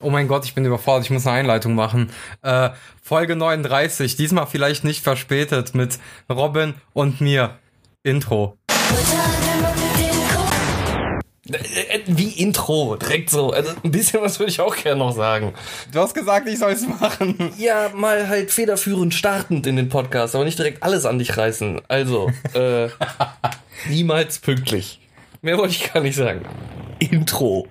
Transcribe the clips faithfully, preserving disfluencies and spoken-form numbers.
Oh mein Gott, ich bin überfordert, ich muss eine Einleitung machen. Äh, Folge neununddreißig, diesmal vielleicht nicht verspätet, mit Robin und mir. Intro. Wie Intro, direkt so. Also ein bisschen was würde ich auch gerne noch sagen. Du hast gesagt, ich soll es machen. Ja, mal halt federführend startend in den Podcast, aber nicht direkt alles an dich reißen. Also, äh, niemals pünktlich. Mehr wollte ich gar nicht sagen. Intro.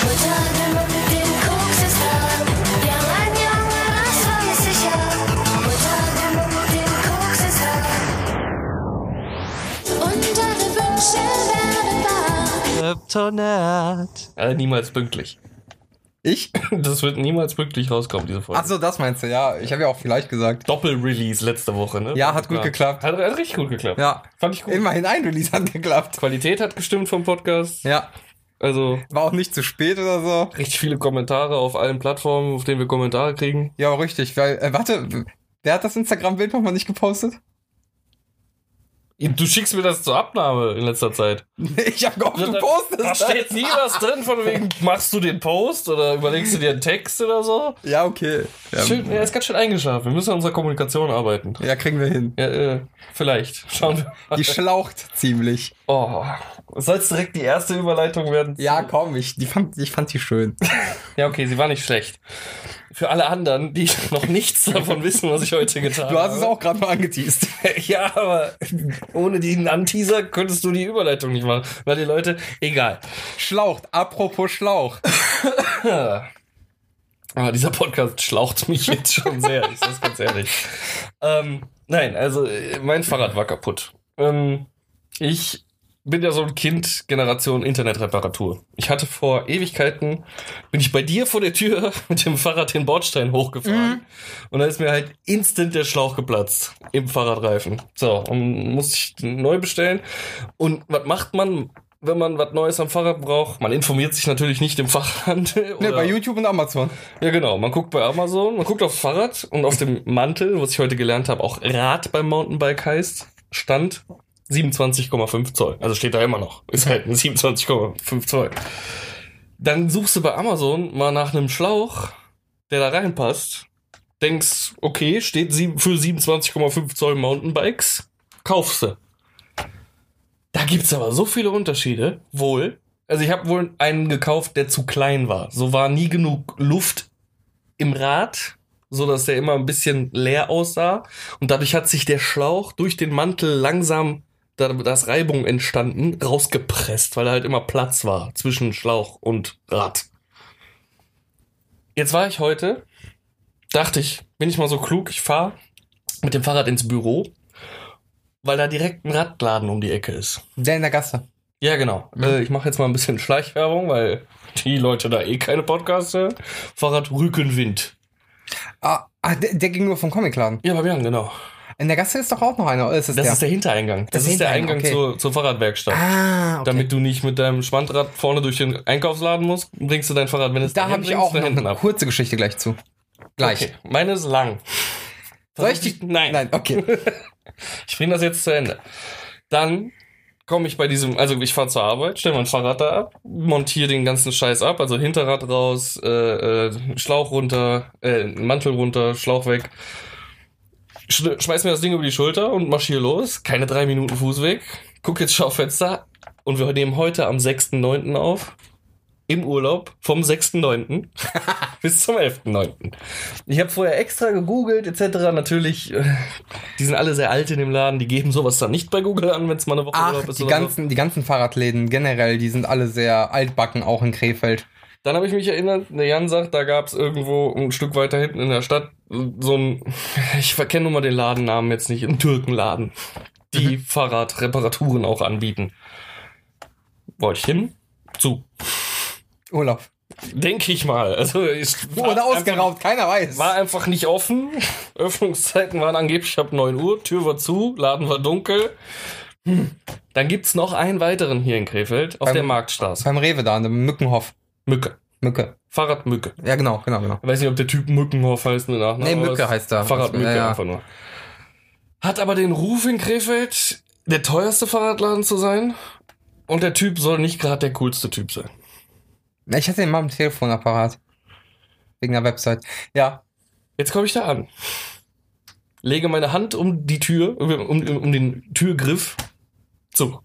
Äh, niemals pünktlich. Ich? Das wird niemals pünktlich rauskommen, diese Folge. Ach so, das meinst du, ja. Ich habe ja auch vielleicht gesagt. Doppel-Release letzte Woche, ne? Ja, hat gut ja. geklappt. Hat, hat richtig gut geklappt. Ja. Fand ich gut. Immerhin ein Release hat geklappt. Qualität hat gestimmt vom Podcast. Ja. Also. War auch nicht zu spät oder so. Richtig viele Kommentare auf allen Plattformen, auf denen wir Kommentare kriegen. Ja, richtig, weil, äh, warte, wer hat das Instagram-Bild nochmal nicht gepostet? Du schickst mir das zur Abnahme in letzter Zeit. Ich hab gehofft, du da, postest da das. steht nie was drin, von wegen, machst du den Post oder überlegst du dir einen Text oder so? Ja, okay. Ja, Schön, er ist ganz schön eingeschlafen. Wir müssen an unserer Kommunikation arbeiten. ja kriegen wir hin. Ja, äh, vielleicht. Schauen wir mal. Die schlaucht ziemlich. Oh, soll es direkt die erste Überleitung werden? Ja, komm, ich, die fand, ich fand die schön. Ja, okay, sie war nicht schlecht. Für alle anderen, die noch nichts davon wissen, was ich heute getan habe. Du hast es auch gerade mal angeteased. Ja, aber ohne den Anteaser könntest du die Überleitung nicht machen. Weil die Leute, egal. Schlaucht, apropos Schlauch. Aber dieser Podcast schlaucht mich jetzt schon sehr, ich sag's ganz ehrlich. Ähm, nein, also mein Fahrrad war kaputt. Ähm, ich bin ja so ein Kind Generation Internetreparatur. Ich hatte vor Ewigkeiten, bin ich bei dir vor der Tür mit dem Fahrrad den Bordstein hochgefahren. Mhm. Und da ist mir halt instant der Schlauch geplatzt im Fahrradreifen. So, und musste ich neu bestellen. Und was macht man, wenn man was Neues am Fahrrad braucht? Man informiert sich natürlich nicht im Fachhandel. Ne, bei YouTube und Amazon. Ja, genau. Man guckt bei Amazon, man guckt aufs Fahrrad und auf dem Mantel, was ich heute gelernt habe, auch Rad beim Mountainbike heißt, stand siebenundzwanzig Komma fünf Zoll. Also steht da immer noch. Ist halt ein siebenundzwanzig Komma fünf Zoll. Dann suchst du bei Amazon mal nach einem Schlauch, der da reinpasst. Denkst, okay, steht für siebenundzwanzig Komma fünf Zoll Mountainbikes. Kaufst du. Da gibt's aber so viele Unterschiede. Wohl. Also ich habe wohl einen gekauft, der zu klein war. So war nie genug Luft im Rad, so dass der immer ein bisschen leer aussah. Und dadurch hat sich der Schlauch durch den Mantel langsam, da ist Reibung entstanden, rausgepresst, weil da halt immer Platz war zwischen Schlauch und Rad. Jetzt war ich heute, dachte ich, bin ich mal so klug, ich fahre mit dem Fahrrad ins Büro, weil da direkt ein Radladen um die Ecke ist. Der in der Gasse. Ja, genau. Mhm. Äh, ich mache jetzt mal ein bisschen Schleichwerbung, weil die Leute da eh keine Podcasts hören. Fahrrad Rückenwind. Ah, ah der, der ging nur vom Comicladen. Ja, bei mir, genau. In der Gasse ist doch auch noch einer. Ist es das der? ist der Hintereingang. Das, das ist der Eingang okay. zur, zur Fahrradwerkstatt. Ah, okay. Damit du nicht mit deinem Schwandrad vorne durch den Einkaufsladen musst, bringst du dein Fahrrad, wenn es da habe ich auch noch eine ab. kurze Geschichte gleich zu. Gleich. Okay. Meine ist lang. Soll ich die? Nein. Nein, okay. Ich bringe das jetzt zu Ende. Dann komme ich bei diesem, also ich fahre zur Arbeit, stelle mein Fahrrad da ab, montiere den ganzen Scheiß ab, also Hinterrad raus, äh, äh, Schlauch runter, äh, Mantel runter, Schlauch weg. Schmeiß mir das Ding über die Schulter und marschiere los. Keine drei Minuten Fußweg. Guck jetzt Schaufenster. Und wir nehmen heute am sechsten neunten auf. Im Urlaub. Vom sechsten neunten bis zum elften neunten Ich habe vorher extra gegoogelt et cetera. Natürlich, die sind alle sehr alt in dem Laden. Die geben sowas dann nicht bei Google an, wenn es mal eine Woche Ach, Urlaub ist. Die oder ganzen, so. Die ganzen Fahrradläden generell, die sind alle sehr altbacken, auch in Krefeld. Dann habe ich mich erinnert, der Jan sagt, da gab es irgendwo ein Stück weiter hinten in der Stadt so ein, ich verkenne nur mal den Ladennamen jetzt nicht, ein Türkenladen, die mhm. Fahrradreparaturen auch anbieten. Wollte ich hin? Zu. Urlaub. Denke ich mal. Also ich Wurde ausgeraubt, keiner weiß. War einfach nicht offen. Öffnungszeiten waren angeblich ab neun Uhr, Tür war zu, Laden war dunkel. Hm. Dann gibt's noch einen weiteren hier in Krefeld, auf beim, der Marktstraße. Beim Rewe da, in Mückenhof. Mücke. Mücke. Fahrrad Mücke. Ja, genau, genau, genau. Ich weiß nicht, ob der Typ Mückenhof heißt. Ne, nach, nee, Mücke heißt er. Fahrrad Mücke ja, ja. einfach nur. Hat aber den Ruf in Krefeld, der teuerste Fahrradladen zu sein. Und der Typ soll nicht gerade der coolste Typ sein. Ich hatte den mal im Telefonapparat. wegen der Website. Ja. Jetzt komme ich da an. Lege meine Hand um die Tür, um, um, um den Türgriff. So.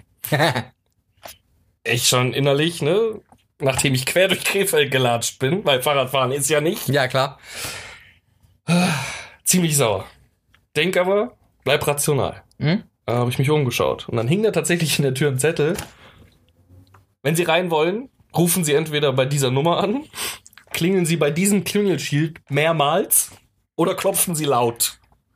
Ich schon innerlich, ne? Nachdem ich quer durch Krefeld gelatscht bin, weil Fahrradfahren ist ja nicht. Ja, klar. Ziemlich sauer. Denk aber, bleib rational. Hm? Da habe ich mich umgeschaut. Und dann hing da tatsächlich in der Tür ein Zettel. Wenn Sie rein wollen, rufen Sie entweder bei dieser Nummer an, klingeln Sie bei diesem Klingelschild mehrmals oder klopfen Sie laut.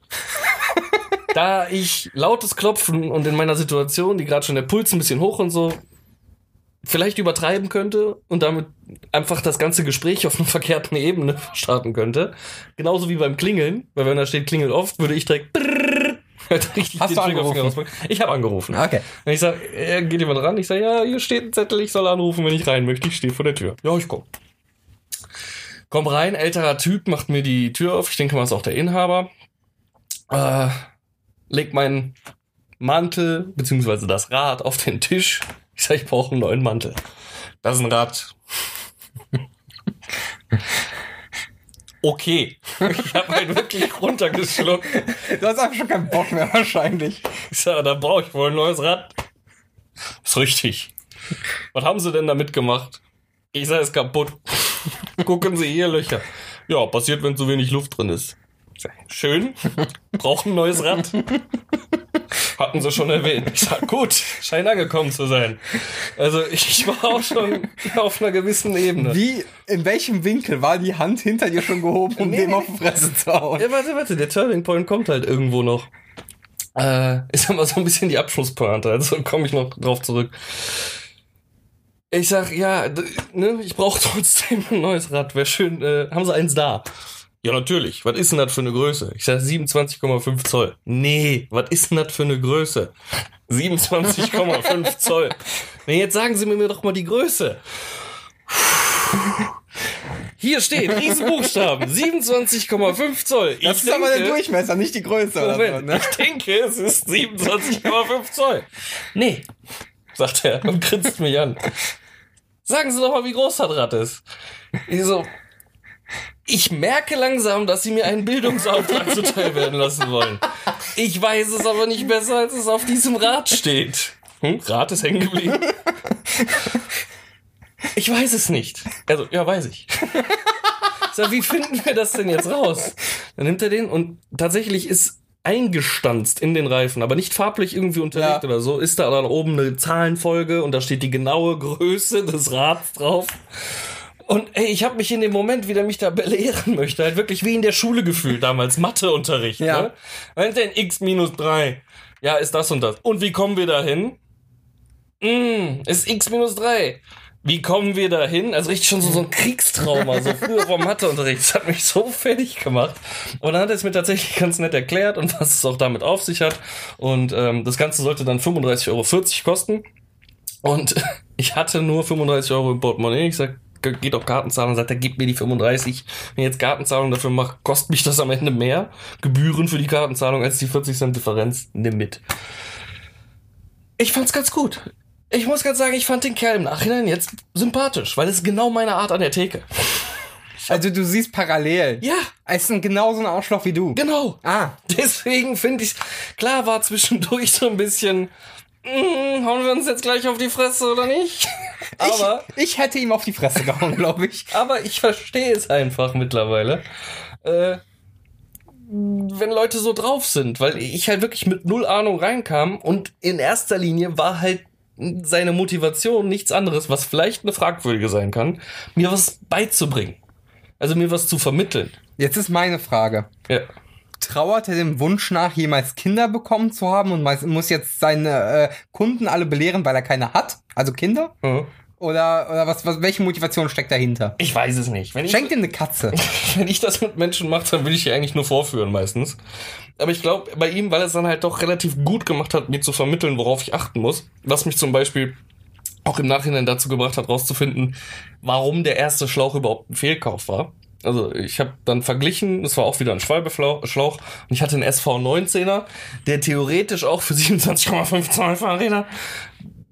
Da ich lautes Klopfen und in meiner Situation, die gerade schon der Puls ein bisschen hoch und so, vielleicht übertreiben könnte und damit einfach das ganze Gespräch auf einer verkehrten Ebene starten könnte. Genauso wie beim Klingeln, weil wenn da steht, klingelt oft, würde ich direkt brrrr, richtig Hast den du Trigger angerufen? Ich habe angerufen. Okay. Und ich sage, äh, geht jemand ran? Ich sage, ja, hier steht ein Zettel, ich soll anrufen, wenn ich rein möchte. Ich stehe vor der Tür. Ja, ich komm. Komm rein, älterer Typ, macht mir die Tür auf. Ich denke mal, ist auch der Inhaber. Äh, leg meinen Mantel, beziehungsweise das Rad auf den Tisch. Ich sage, ich brauche einen neuen Mantel. Das ist ein Rad. Okay. Ich habe halt wirklich runtergeschluckt. Du hast einfach schon keinen Bock mehr wahrscheinlich. Ich sage, da brauche ich wohl ein neues Rad. Ist richtig. Was haben Sie denn damit gemacht? Ich sage, es ist kaputt. Gucken Sie hier Löcher. Ja, passiert, wenn zu wenig Luft drin ist. Schön. Brauchen ein neues Rad. Hatten sie schon erwähnt. Ich sag, gut, scheint angekommen zu sein. Also ich war auch schon auf einer gewissen Ebene. Wie, in welchem Winkel war die Hand hinter dir schon gehoben, um Nee. dem auf die Fresse zu hauen? Ja, warte, warte, der Turning Point kommt halt irgendwo noch. Äh, ist aber so ein bisschen die Abschlusspointe, also komme ich noch drauf zurück. Ich sag, ja, d- ne, ich brauche trotzdem ein neues Rad. Wäre schön, äh, haben Sie eins da? Ja, natürlich. Was ist denn das für eine Größe? Ich sag siebenundzwanzig Komma fünf Zoll. Nee, was ist denn das für eine Größe? siebenundzwanzig Komma fünf Zoll. Nee, jetzt sagen Sie mir doch mal die Größe. Hier steht, Riesenbuchstaben, siebenundzwanzig Komma fünf Zoll. Das Ich ist aber der denke- Durchmesser, nicht die Größe. Oder so, Moment, ne? ich denke, es ist siebenundzwanzig Komma fünf Zoll. Nee, sagt er und grinst mich an. Sagen Sie doch mal, wie groß das Rad ist. Ich so, ich merke langsam, dass Sie mir einen Bildungsauftrag zuteil werden lassen wollen. Ich weiß es aber nicht besser, als es auf diesem Rad steht. Hm, Rad ist hängen geblieben. Ich weiß es nicht. Also, ja, weiß ich. Ich sag, wie finden wir das denn jetzt raus? Dann nimmt er den und tatsächlich ist eingestanzt in den Reifen, aber nicht farblich irgendwie unterlegt Ja. oder so, ist da dann oben eine Zahlenfolge und da steht die genaue Größe des Rads drauf. Und ey, ich habe mich in dem Moment, wie der mich da belehren möchte, halt wirklich wie in der Schule gefühlt damals, Matheunterricht. Ja. Ne? Was ist denn x minus drei? Ja, ist das und das. Und wie kommen wir da hin? Mm, ist x minus drei. Wie kommen wir da hin? Also richtig schon so, so ein Kriegstrauma, so früher vom Matheunterricht. Das hat mich so fertig gemacht. Und dann hat er es mir tatsächlich ganz nett erklärt und was es auch damit auf sich hat. Und ähm, das Ganze sollte dann fünfunddreißig Euro vierzig kosten. Und ich hatte nur fünfunddreißig Euro im Portemonnaie. Ich sag, geht auf Kartenzahlung. Sagt er, gib mir die fünfunddreißig. Wenn ich jetzt Kartenzahlung dafür mache, kostet mich das am Ende mehr Gebühren für die Kartenzahlung als die vierzig Cent Differenz. Nimm mit. Ich fand's ganz gut. Ich muss ganz sagen, ich fand den Kerl im Nachhinein jetzt sympathisch, weil es ist genau meine Art an der Theke. Also du siehst parallel. Ja, Es ist ein genauso ein Arschloch wie du. genau. Ah. Deswegen finde ich, klar war zwischendurch so ein bisschen, mm, hauen wir uns jetzt gleich auf die Fresse oder nicht? Aber, ich, ich hätte ihm auf die Fresse gehauen, glaube ich. aber ich verstehe es einfach mittlerweile, äh, wenn Leute so drauf sind, weil ich halt wirklich mit null Ahnung reinkam und in erster Linie war halt seine Motivation nichts anderes, was vielleicht eine fragwürdige sein kann, mir was beizubringen. Also mir was zu vermitteln. Jetzt ist meine Frage. Ja. Trauert er dem Wunsch nach, jemals Kinder bekommen zu haben und meist- muss jetzt seine äh, Kunden alle belehren, weil er keine hat? Also Kinder? Mhm. Oder, oder was, was, welche Motivation steckt dahinter? Ich weiß es nicht. Wenn ich, Schenkt ihm eine Katze. wenn ich das mit Menschen mache, dann will ich die eigentlich nur vorführen meistens. Aber ich glaube, bei ihm, weil er es dann halt doch relativ gut gemacht hat, mir zu vermitteln, worauf ich achten muss, was mich zum Beispiel auch im Nachhinein dazu gebracht hat, rauszufinden, warum der erste Schlauch überhaupt ein Fehlkauf war. Also ich habe dann verglichen, es war auch wieder ein Schwalbe-Schlauch und ich hatte einen S V neunzehner, der theoretisch auch für siebenundzwanzig Komma fünf Zoll Fahrräder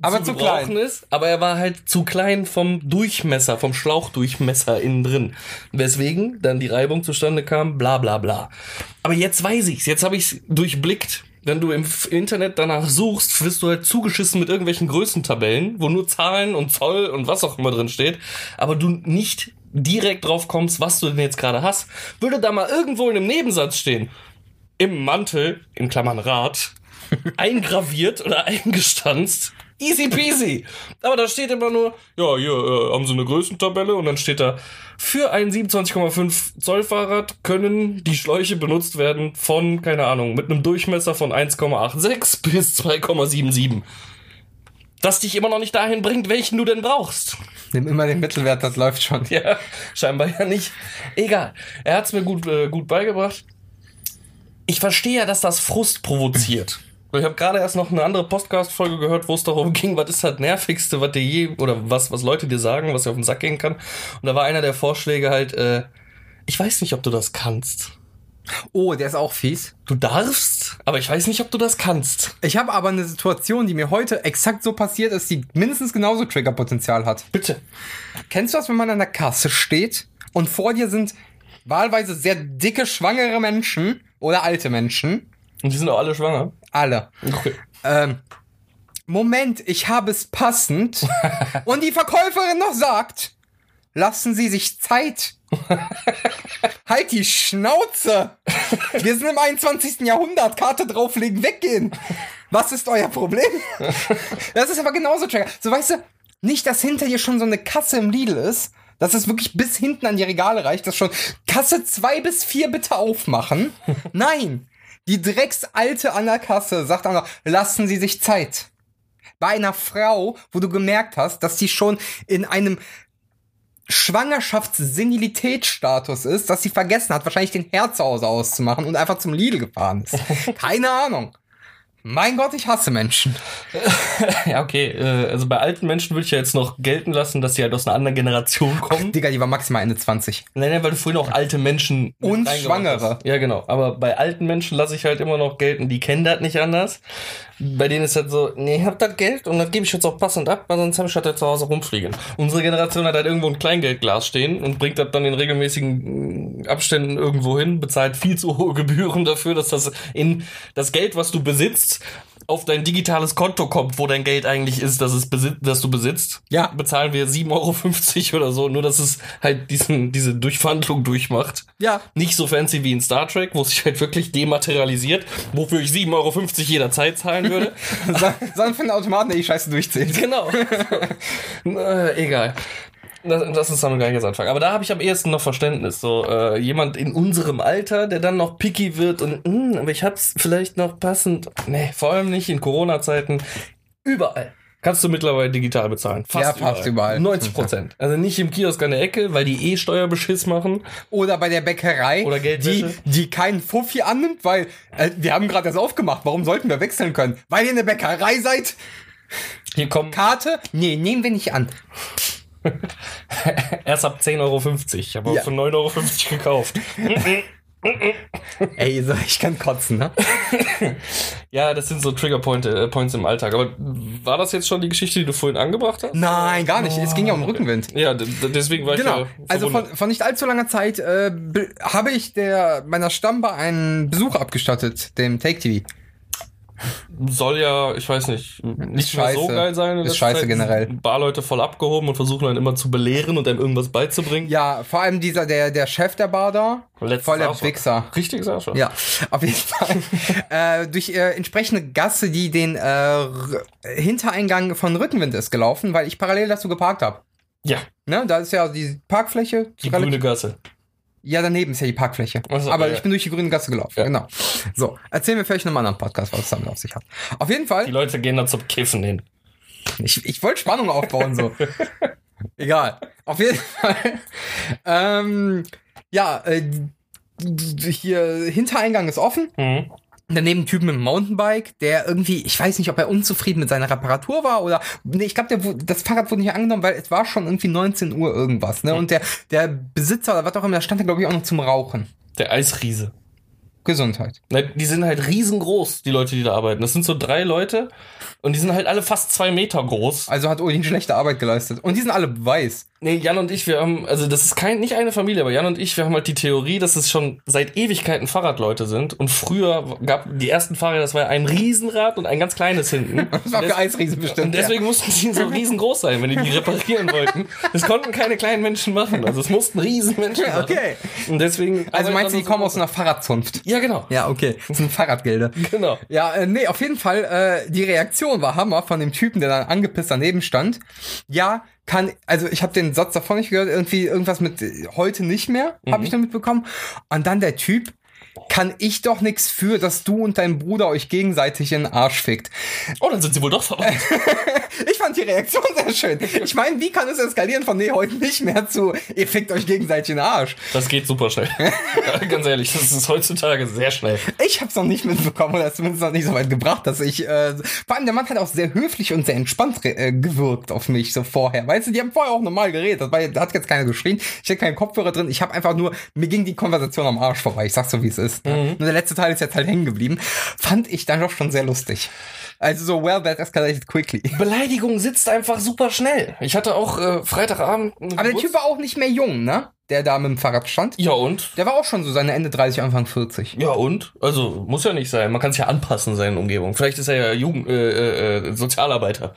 Aber zu zu gebrauchen klein. ist, aber er war halt zu klein vom Durchmesser, vom Schlauchdurchmesser innen drin. Weswegen dann die Reibung zustande kam, bla bla bla. Aber jetzt weiß ich's, jetzt habe ich's durchblickt. Wenn du im Internet danach suchst, wirst du halt zugeschissen mit irgendwelchen Größentabellen, wo nur Zahlen und Zoll und was auch immer drin steht, aber du nicht direkt drauf kommst, was du denn jetzt gerade hast. Würde da mal irgendwo in einem Nebensatz stehen, im Mantel, in Klammern Rad, eingraviert oder eingestanzt, easy peasy. Aber da steht immer nur, ja, hier äh, haben sie eine Größentabelle und dann steht da, für ein siebenundzwanzig Komma fünf Zoll Fahrrad können die Schläuche benutzt werden von, keine Ahnung, mit einem Durchmesser von eins Komma sechsundachtzig bis zwei Komma siebenundsiebzig. Das dich immer noch nicht dahin bringt, welchen du denn brauchst. Nimm immer den Mittelwert, das läuft schon. Ja, scheinbar ja nicht. Egal. Er hat's mir gut, äh, gut beigebracht. Ich verstehe ja, dass das Frust provoziert. Ich habe gerade erst noch eine andere Podcast-Folge gehört, wo es darum ging, was ist das Nervigste, was dir je, oder was, was Leute dir sagen, was dir auf den Sack gehen kann. Und da war einer der Vorschläge halt, äh, ich weiß nicht, ob du das kannst. Oh, der ist auch fies. Du darfst, aber ich weiß nicht, ob du das kannst. Ich habe aber eine Situation, die mir heute exakt so passiert ist, die mindestens genauso Triggerpotenzial hat. Bitte. Kennst du das, wenn man an der Kasse steht und vor dir sind wahlweise sehr dicke, schwangere Menschen oder alte Menschen? Und die sind auch alle schwanger? Alle. Okay. Ähm, Moment, ich habe es passend. Und die Verkäuferin noch sagt, lassen Sie sich Zeit. Halt die Schnauze. Wir sind im einundzwanzigsten Jahrhundert. Karte drauflegen, weggehen. Was ist euer Problem? Das ist aber genauso Trigger. So, weißt du, nicht, dass hinter dir schon so eine Kasse im Lidl ist, dass es wirklich bis hinten an die Regale reicht, dass schon Kasse zwei bis vier bitte aufmachen. Nein. Die Drecksalte an der Kasse sagt auch noch, lassen Sie sich Zeit. Bei einer Frau, wo du gemerkt hast, dass sie schon in einem Schwangerschaftssenilitätsstatus ist, dass sie vergessen hat, wahrscheinlich den Herd zu Hause auszumachen und einfach zum Lidl gefahren ist. Keine Ahnung. Mein Gott, ich hasse Menschen. Ja, okay. Äh, also bei alten Menschen würde ich ja jetzt noch gelten lassen, dass sie halt aus einer anderen Generation kommen. Digga, die war maximal Ende zwanzig. Nein, nein, weil du vorhin auch alte Menschen mit Und reingebracht Schwangere. hast. Ja, genau. Aber bei alten Menschen lasse ich halt immer noch gelten, die kennen das nicht anders. Bei denen ist halt so, nee, ich hab das Geld und das gebe ich jetzt auch passend ab, weil sonst habe ich das ja zu Hause rumfliegen. Unsere Generation hat halt irgendwo ein Kleingeldglas stehen und bringt das dann in regelmäßigen Abständen irgendwo hin, bezahlt viel zu hohe Gebühren dafür, dass das in das Geld, was du besitzt, auf dein digitales Konto kommt, wo dein Geld eigentlich ist, dass es besitzt, dass du besitzt. Ja. Bezahlen wir sieben Euro fünfzig oder so, nur dass es halt diesen, diese Durchverhandlung durchmacht. Ja. Nicht so fancy wie in Star Trek, wo es sich halt wirklich dematerialisiert, wofür ich sieben Euro fünfzig jederzeit zahlen würde. Sondern für einen Automaten, der die Scheiße durchzählt. Genau. äh, egal. Das, das ist dann gar nicht das Anfang. Aber da habe ich am ehesten noch Verständnis. So äh, jemand in unserem Alter, der dann noch picky wird und mh, aber ich hab's vielleicht noch passend. Nee, vor allem nicht in Corona-Zeiten. Überall kannst du mittlerweile digital bezahlen. Fast Ja, fast überall. neunzig Prozent. Also nicht im Kiosk an der Ecke, weil die eh Steuerbeschiss machen. Oder bei der Bäckerei, Oder Geldwäsche. die, die keinen Fuffi annimmt, weil äh, wir haben gerade das aufgemacht. Warum sollten wir wechseln können? Weil ihr eine Bäckerei seid? Hier kommen Karte? Nee, nehmen wir nicht an. erst ab zehn Euro fünfzig. Ich habe auch Ja. für neun Euro fünfzig gekauft. Ey, so, ich kann kotzen, ne? Ja, das sind so Trigger-Points äh, Points im Alltag. Aber war das jetzt schon die Geschichte, die du vorhin angebracht hast? Nein, gar nicht. Es ging ja um Rückenwind. Ja, d- d- deswegen war Genau. ich ja Also verwundert. von, von nicht allzu langer Zeit äh, be- habe ich der meiner Stammbar einen Besuch abgestattet, dem Take T V. Soll ja, ich weiß nicht, nicht mehr so scheiße. geil sein. in Ist letzter scheiße Zeit. generell. Barleute voll abgehoben und versuchen dann immer zu belehren und einem irgendwas beizubringen. Ja, vor allem dieser, der, der Chef der Bar da, Letztes voll der Arschloch. Wichser. Richtiges Arschloch. Ja, auf jeden Fall. äh, durch äh, entsprechende Gasse, die den äh, R- Hintereingang von Rückenwind ist gelaufen, weil ich parallel dazu geparkt habe. Ja, Ne, da ist ja die Parkfläche. die relativ- grüne Gasse. Ja, daneben ist ja die Parkfläche. Ach so, Aber ja. ich bin durch die grüne Gasse gelaufen, Ja. genau. So, erzählen wir vielleicht in einem anderen Podcast, was es damit auf sich hat. Auf jeden Fall, Die Leute gehen da zum Kiffen hin. ich, ich wollte Spannung aufbauen, so. Egal. Auf jeden Fall, ähm, ja, äh, d- d- hier, Hintereingang ist offen. Mhm. Daneben ein Typ mit einem Mountainbike, der irgendwie, ich weiß nicht, ob er unzufrieden mit seiner Reparatur war oder, nee, ich glaube, der wu- das Fahrrad wurde nicht angenommen, weil es war schon irgendwie neunzehn Uhr irgendwas, ne? Und der, der Besitzer oder was auch immer, der stand da, glaube ich, auch noch zum Rauchen. Der Eisriese. Gesundheit. Die sind halt riesengroß, die Leute, die da arbeiten. Das sind so drei Leute und die sind halt alle fast zwei Meter groß. Also hat Odin schlechte Arbeit geleistet. Und die sind alle weiß. Nee, Jan und ich, wir haben, also das ist kein, nicht eine Familie, aber Jan und ich, wir haben halt die Theorie, dass es schon seit Ewigkeiten Fahrradleute sind. Und früher gab die ersten Fahrräder, das war ein Riesenrad und ein ganz kleines hinten. Das war für Eisriesen bestimmt. Und deswegen ja. mussten die so riesengroß sein, wenn die die reparieren wollten. Das konnten keine kleinen Menschen machen. Also es mussten Riesenmenschen machen. Okay. Und deswegen. Also meinst du, die so kommen aus einer Fahrradzunft? Ja, genau. Ja, okay. Das sind Fahrradgelder. Genau. Ja, äh, nee, auf jeden Fall, äh, die Reaktion war Hammer von dem Typen, der dann angepisst daneben stand. Ja, kann, also ich habe den Satz davon nicht gehört, irgendwie irgendwas mit äh, heute nicht mehr, habe Mhm. ich damit bekommen. Und dann der Typ, kann ich doch nix für, dass du und dein Bruder euch gegenseitig in den Arsch fickt. Oh, dann sind sie wohl doch verwandt. Ich fand die Reaktion sehr schön. Ich meine, wie kann es eskalieren von nee, heute nicht mehr zu, ihr fickt euch gegenseitig in den Arsch? Das geht super schnell. Ja, ganz ehrlich, das ist heutzutage sehr schnell. Ich hab's noch nicht mitbekommen oder zumindest noch nicht so weit gebracht, dass ich, äh, vor allem der Mann hat auch sehr höflich und sehr entspannt äh, gewirkt auf mich so vorher. Weißt du, die haben vorher auch normal geredet, das war, da hat jetzt keiner geschrien, ich hatte keinen Kopfhörer drin, ich habe einfach nur, mir ging die Konversation am Arsch vorbei, ich sag's so wie es ist. Ne? Mhm. Nur der letzte Teil ist jetzt halt hängen geblieben. Fand ich dann doch schon sehr lustig. Also so, well, that escalated quickly. Beleidigung sitzt einfach super schnell. Ich hatte auch äh, Freitagabend... Aber der Typ war auch nicht mehr jung, ne? Der da mit dem Fahrrad stand. Ja und? Der war auch schon so seine Ende dreißig, Anfang vierzig. Ja und? Also muss ja nicht sein. Man kann sich ja anpassen, seine Umgebung. Vielleicht ist er ja Jugend, äh, äh, Sozialarbeiter.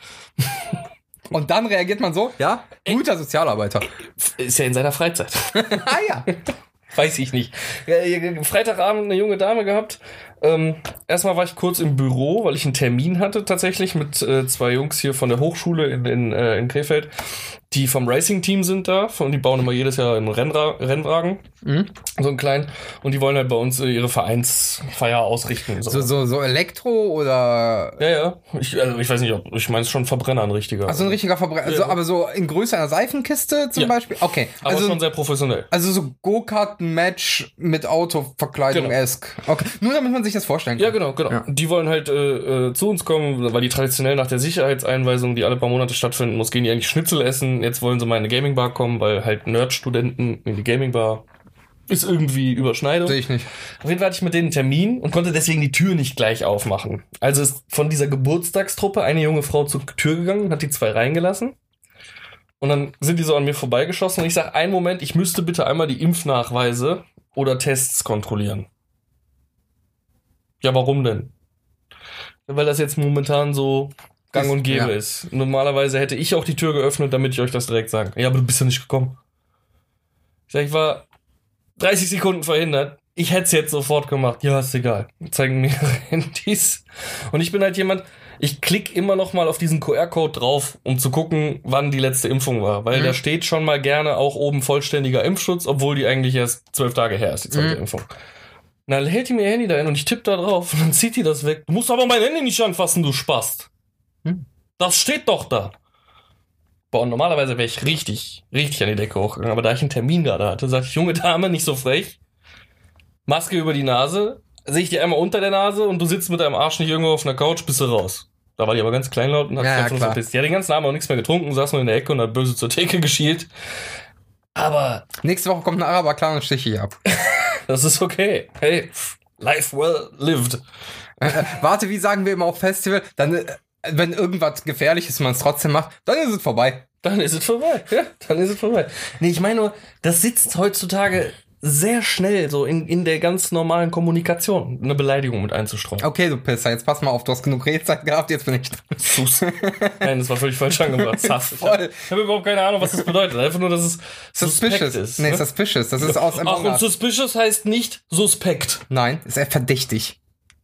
Und dann reagiert man so, ja, guter Sozialarbeiter. Ist ja in seiner Freizeit. Ah ja. Weiß ich nicht. Ja, Freitagabend eine junge Dame gehabt. Ähm, erstmal war ich kurz im Büro, weil ich einen Termin hatte tatsächlich mit äh, zwei Jungs hier von der Hochschule in, in, äh, in Krefeld, die vom Racing-Team sind da. Und die bauen immer jedes Jahr einen Rennra- Rennwagen. Mhm. So einen kleinen. Und die wollen halt bei uns äh, ihre Vereinsfeier ausrichten. So, so, so, so Elektro oder... Ja, ja. Ich, also ich weiß nicht, ob ich meine es schon Verbrenner, ein richtiger. Also ein richtiger Verbrenner. Also, ja. aber so in Größe einer Seifenkiste zum ja. Beispiel? Okay. Aber also, schon sehr professionell. Also so Go-Kart-Match mit Autoverkleidung-esk. Genau. Okay. Nur damit man sich das vorstellen kann. Ja, genau, genau. Ja. Die wollen halt äh, äh, zu uns kommen, weil die traditionell nach der Sicherheitseinweisung, die alle paar Monate stattfinden muss, gehen die eigentlich Schnitzel essen. Jetzt wollen sie mal in eine Gaming-Bar kommen, weil halt Nerd-Studenten in die Gaming-Bar ist irgendwie Überschneidung. Sehe ich nicht. Auf jeden Fall hatte ich mit denen einen Termin und konnte deswegen die Tür nicht gleich aufmachen. Also ist von dieser Geburtstagstruppe eine junge Frau zur Tür gegangen, hat die zwei reingelassen. Und dann sind die so an mir vorbeigeschossen und ich sage, einen Moment, ich müsste bitte einmal die Impfnachweise oder Tests kontrollieren. Ja, warum denn? Weil das jetzt momentan so gang und gäbe ja. ist. Normalerweise hätte ich auch die Tür geöffnet, damit ich euch das direkt sagen kann. Ja, aber du bist ja nicht gekommen. Ich sag, ich war dreißig Sekunden verhindert. Ich hätte es jetzt sofort gemacht. Ja, ist egal. Zeigen mir Handys. Und ich bin halt jemand, ich klicke immer noch mal auf diesen Q R-Code drauf, um zu gucken, wann die letzte Impfung war. Weil mhm. da steht schon mal gerne auch oben vollständiger Impfschutz, obwohl die eigentlich erst zwölf Tage her ist, die zweite mhm. Impfung. Und dann hält die mir ihr Handy da hin und ich tippe da drauf und dann zieht die das weg. Du musst aber mein Handy nicht anfassen, du Spast. Hm? Das steht doch da. Boah, und normalerweise wäre ich richtig, richtig an die Decke hochgegangen. Aber da ich einen Termin gerade hatte, sagte ich, junge Dame, nicht so frech. Maske über die Nase, sehe ich dir einmal unter der Nase und du sitzt mit deinem Arsch nicht irgendwo auf einer Couch, bist du raus. Da war die aber ganz kleinlaut und hat ja, sich einfach verpisst. Die hat den ganzen Abend auch nichts mehr getrunken, saß nur in der Ecke und hat böse zur Theke geschielt. Aber nächste Woche kommt ein Araber klar und sticht hier ab. Das ist okay. Hey, life well lived. Äh, warte, wie sagen wir immer auf Festival? Dann, äh, wenn irgendwas gefährlich ist, man es trotzdem macht, dann ist es vorbei. Dann ist es vorbei. Ja, dann ist es vorbei. Nee, ich meine nur, das sitzt heutzutage sehr schnell so in, in der ganz normalen Kommunikation, eine Beleidigung mit einzustreuen. Okay, du Pisser, jetzt pass mal auf, du hast genug Redezeit gehabt, jetzt bin ich dran. Sus. Nein, das war völlig falsch angebracht. Sass. Ich habe hab überhaupt keine Ahnung, was das bedeutet. Einfach nur, dass es suspicious ist. Nee, ne? suspicious, das ist aus Ach, und suspicious heißt nicht suspekt. Nein, ist eher verdächtig.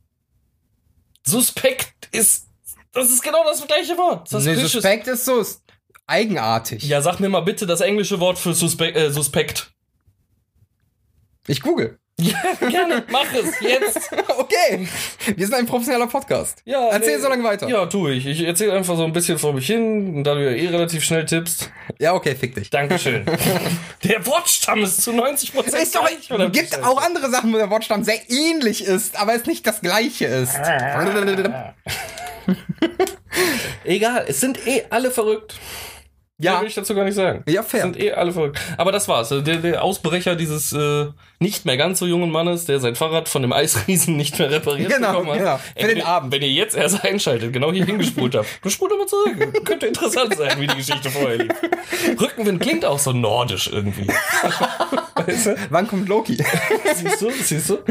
Suspekt ist, das ist genau das gleiche Wort. Suspicious. Nee, suspekt ist so, ist eigenartig. Ja, sag mir mal bitte das englische Wort für Suspe- äh, suspekt. Ich google. Ja, gerne, mach es, jetzt. Okay, wir sind ein professioneller Podcast. Ja, erzähl nee, so lange weiter. Ja, tu ich. Ich erzähle einfach so ein bisschen vor mich hin, da du ja eh relativ schnell tippst. Ja, okay, fick dich. Dankeschön. Der Wortstamm ist zu neunzig Prozent ist doch, gleich, oder? Gibt auch andere Sachen, wo der Wortstamm sehr ähnlich ist, aber es nicht das gleiche ist. Egal, es sind eh alle verrückt. Ja. Mehr will ich dazu gar nicht sagen. Ja, fair. Sind eh alle verrückt. Aber das war's. Also Der, der Ausbrecher dieses äh, nicht mehr ganz so jungen Mannes, der sein Fahrrad von dem Eisriesen nicht mehr repariert Genau, bekommen hat. genau. Für Ey, den wenn, Abend. Wenn ihr jetzt erst einschaltet, genau hier hingespult habt, dann spult doch mal zurück. Könnte interessant sein, wie die Geschichte vorher lief. Rückenwind klingt auch so nordisch irgendwie. Weißt du? Wann kommt Loki? Siehst du? Siehst du?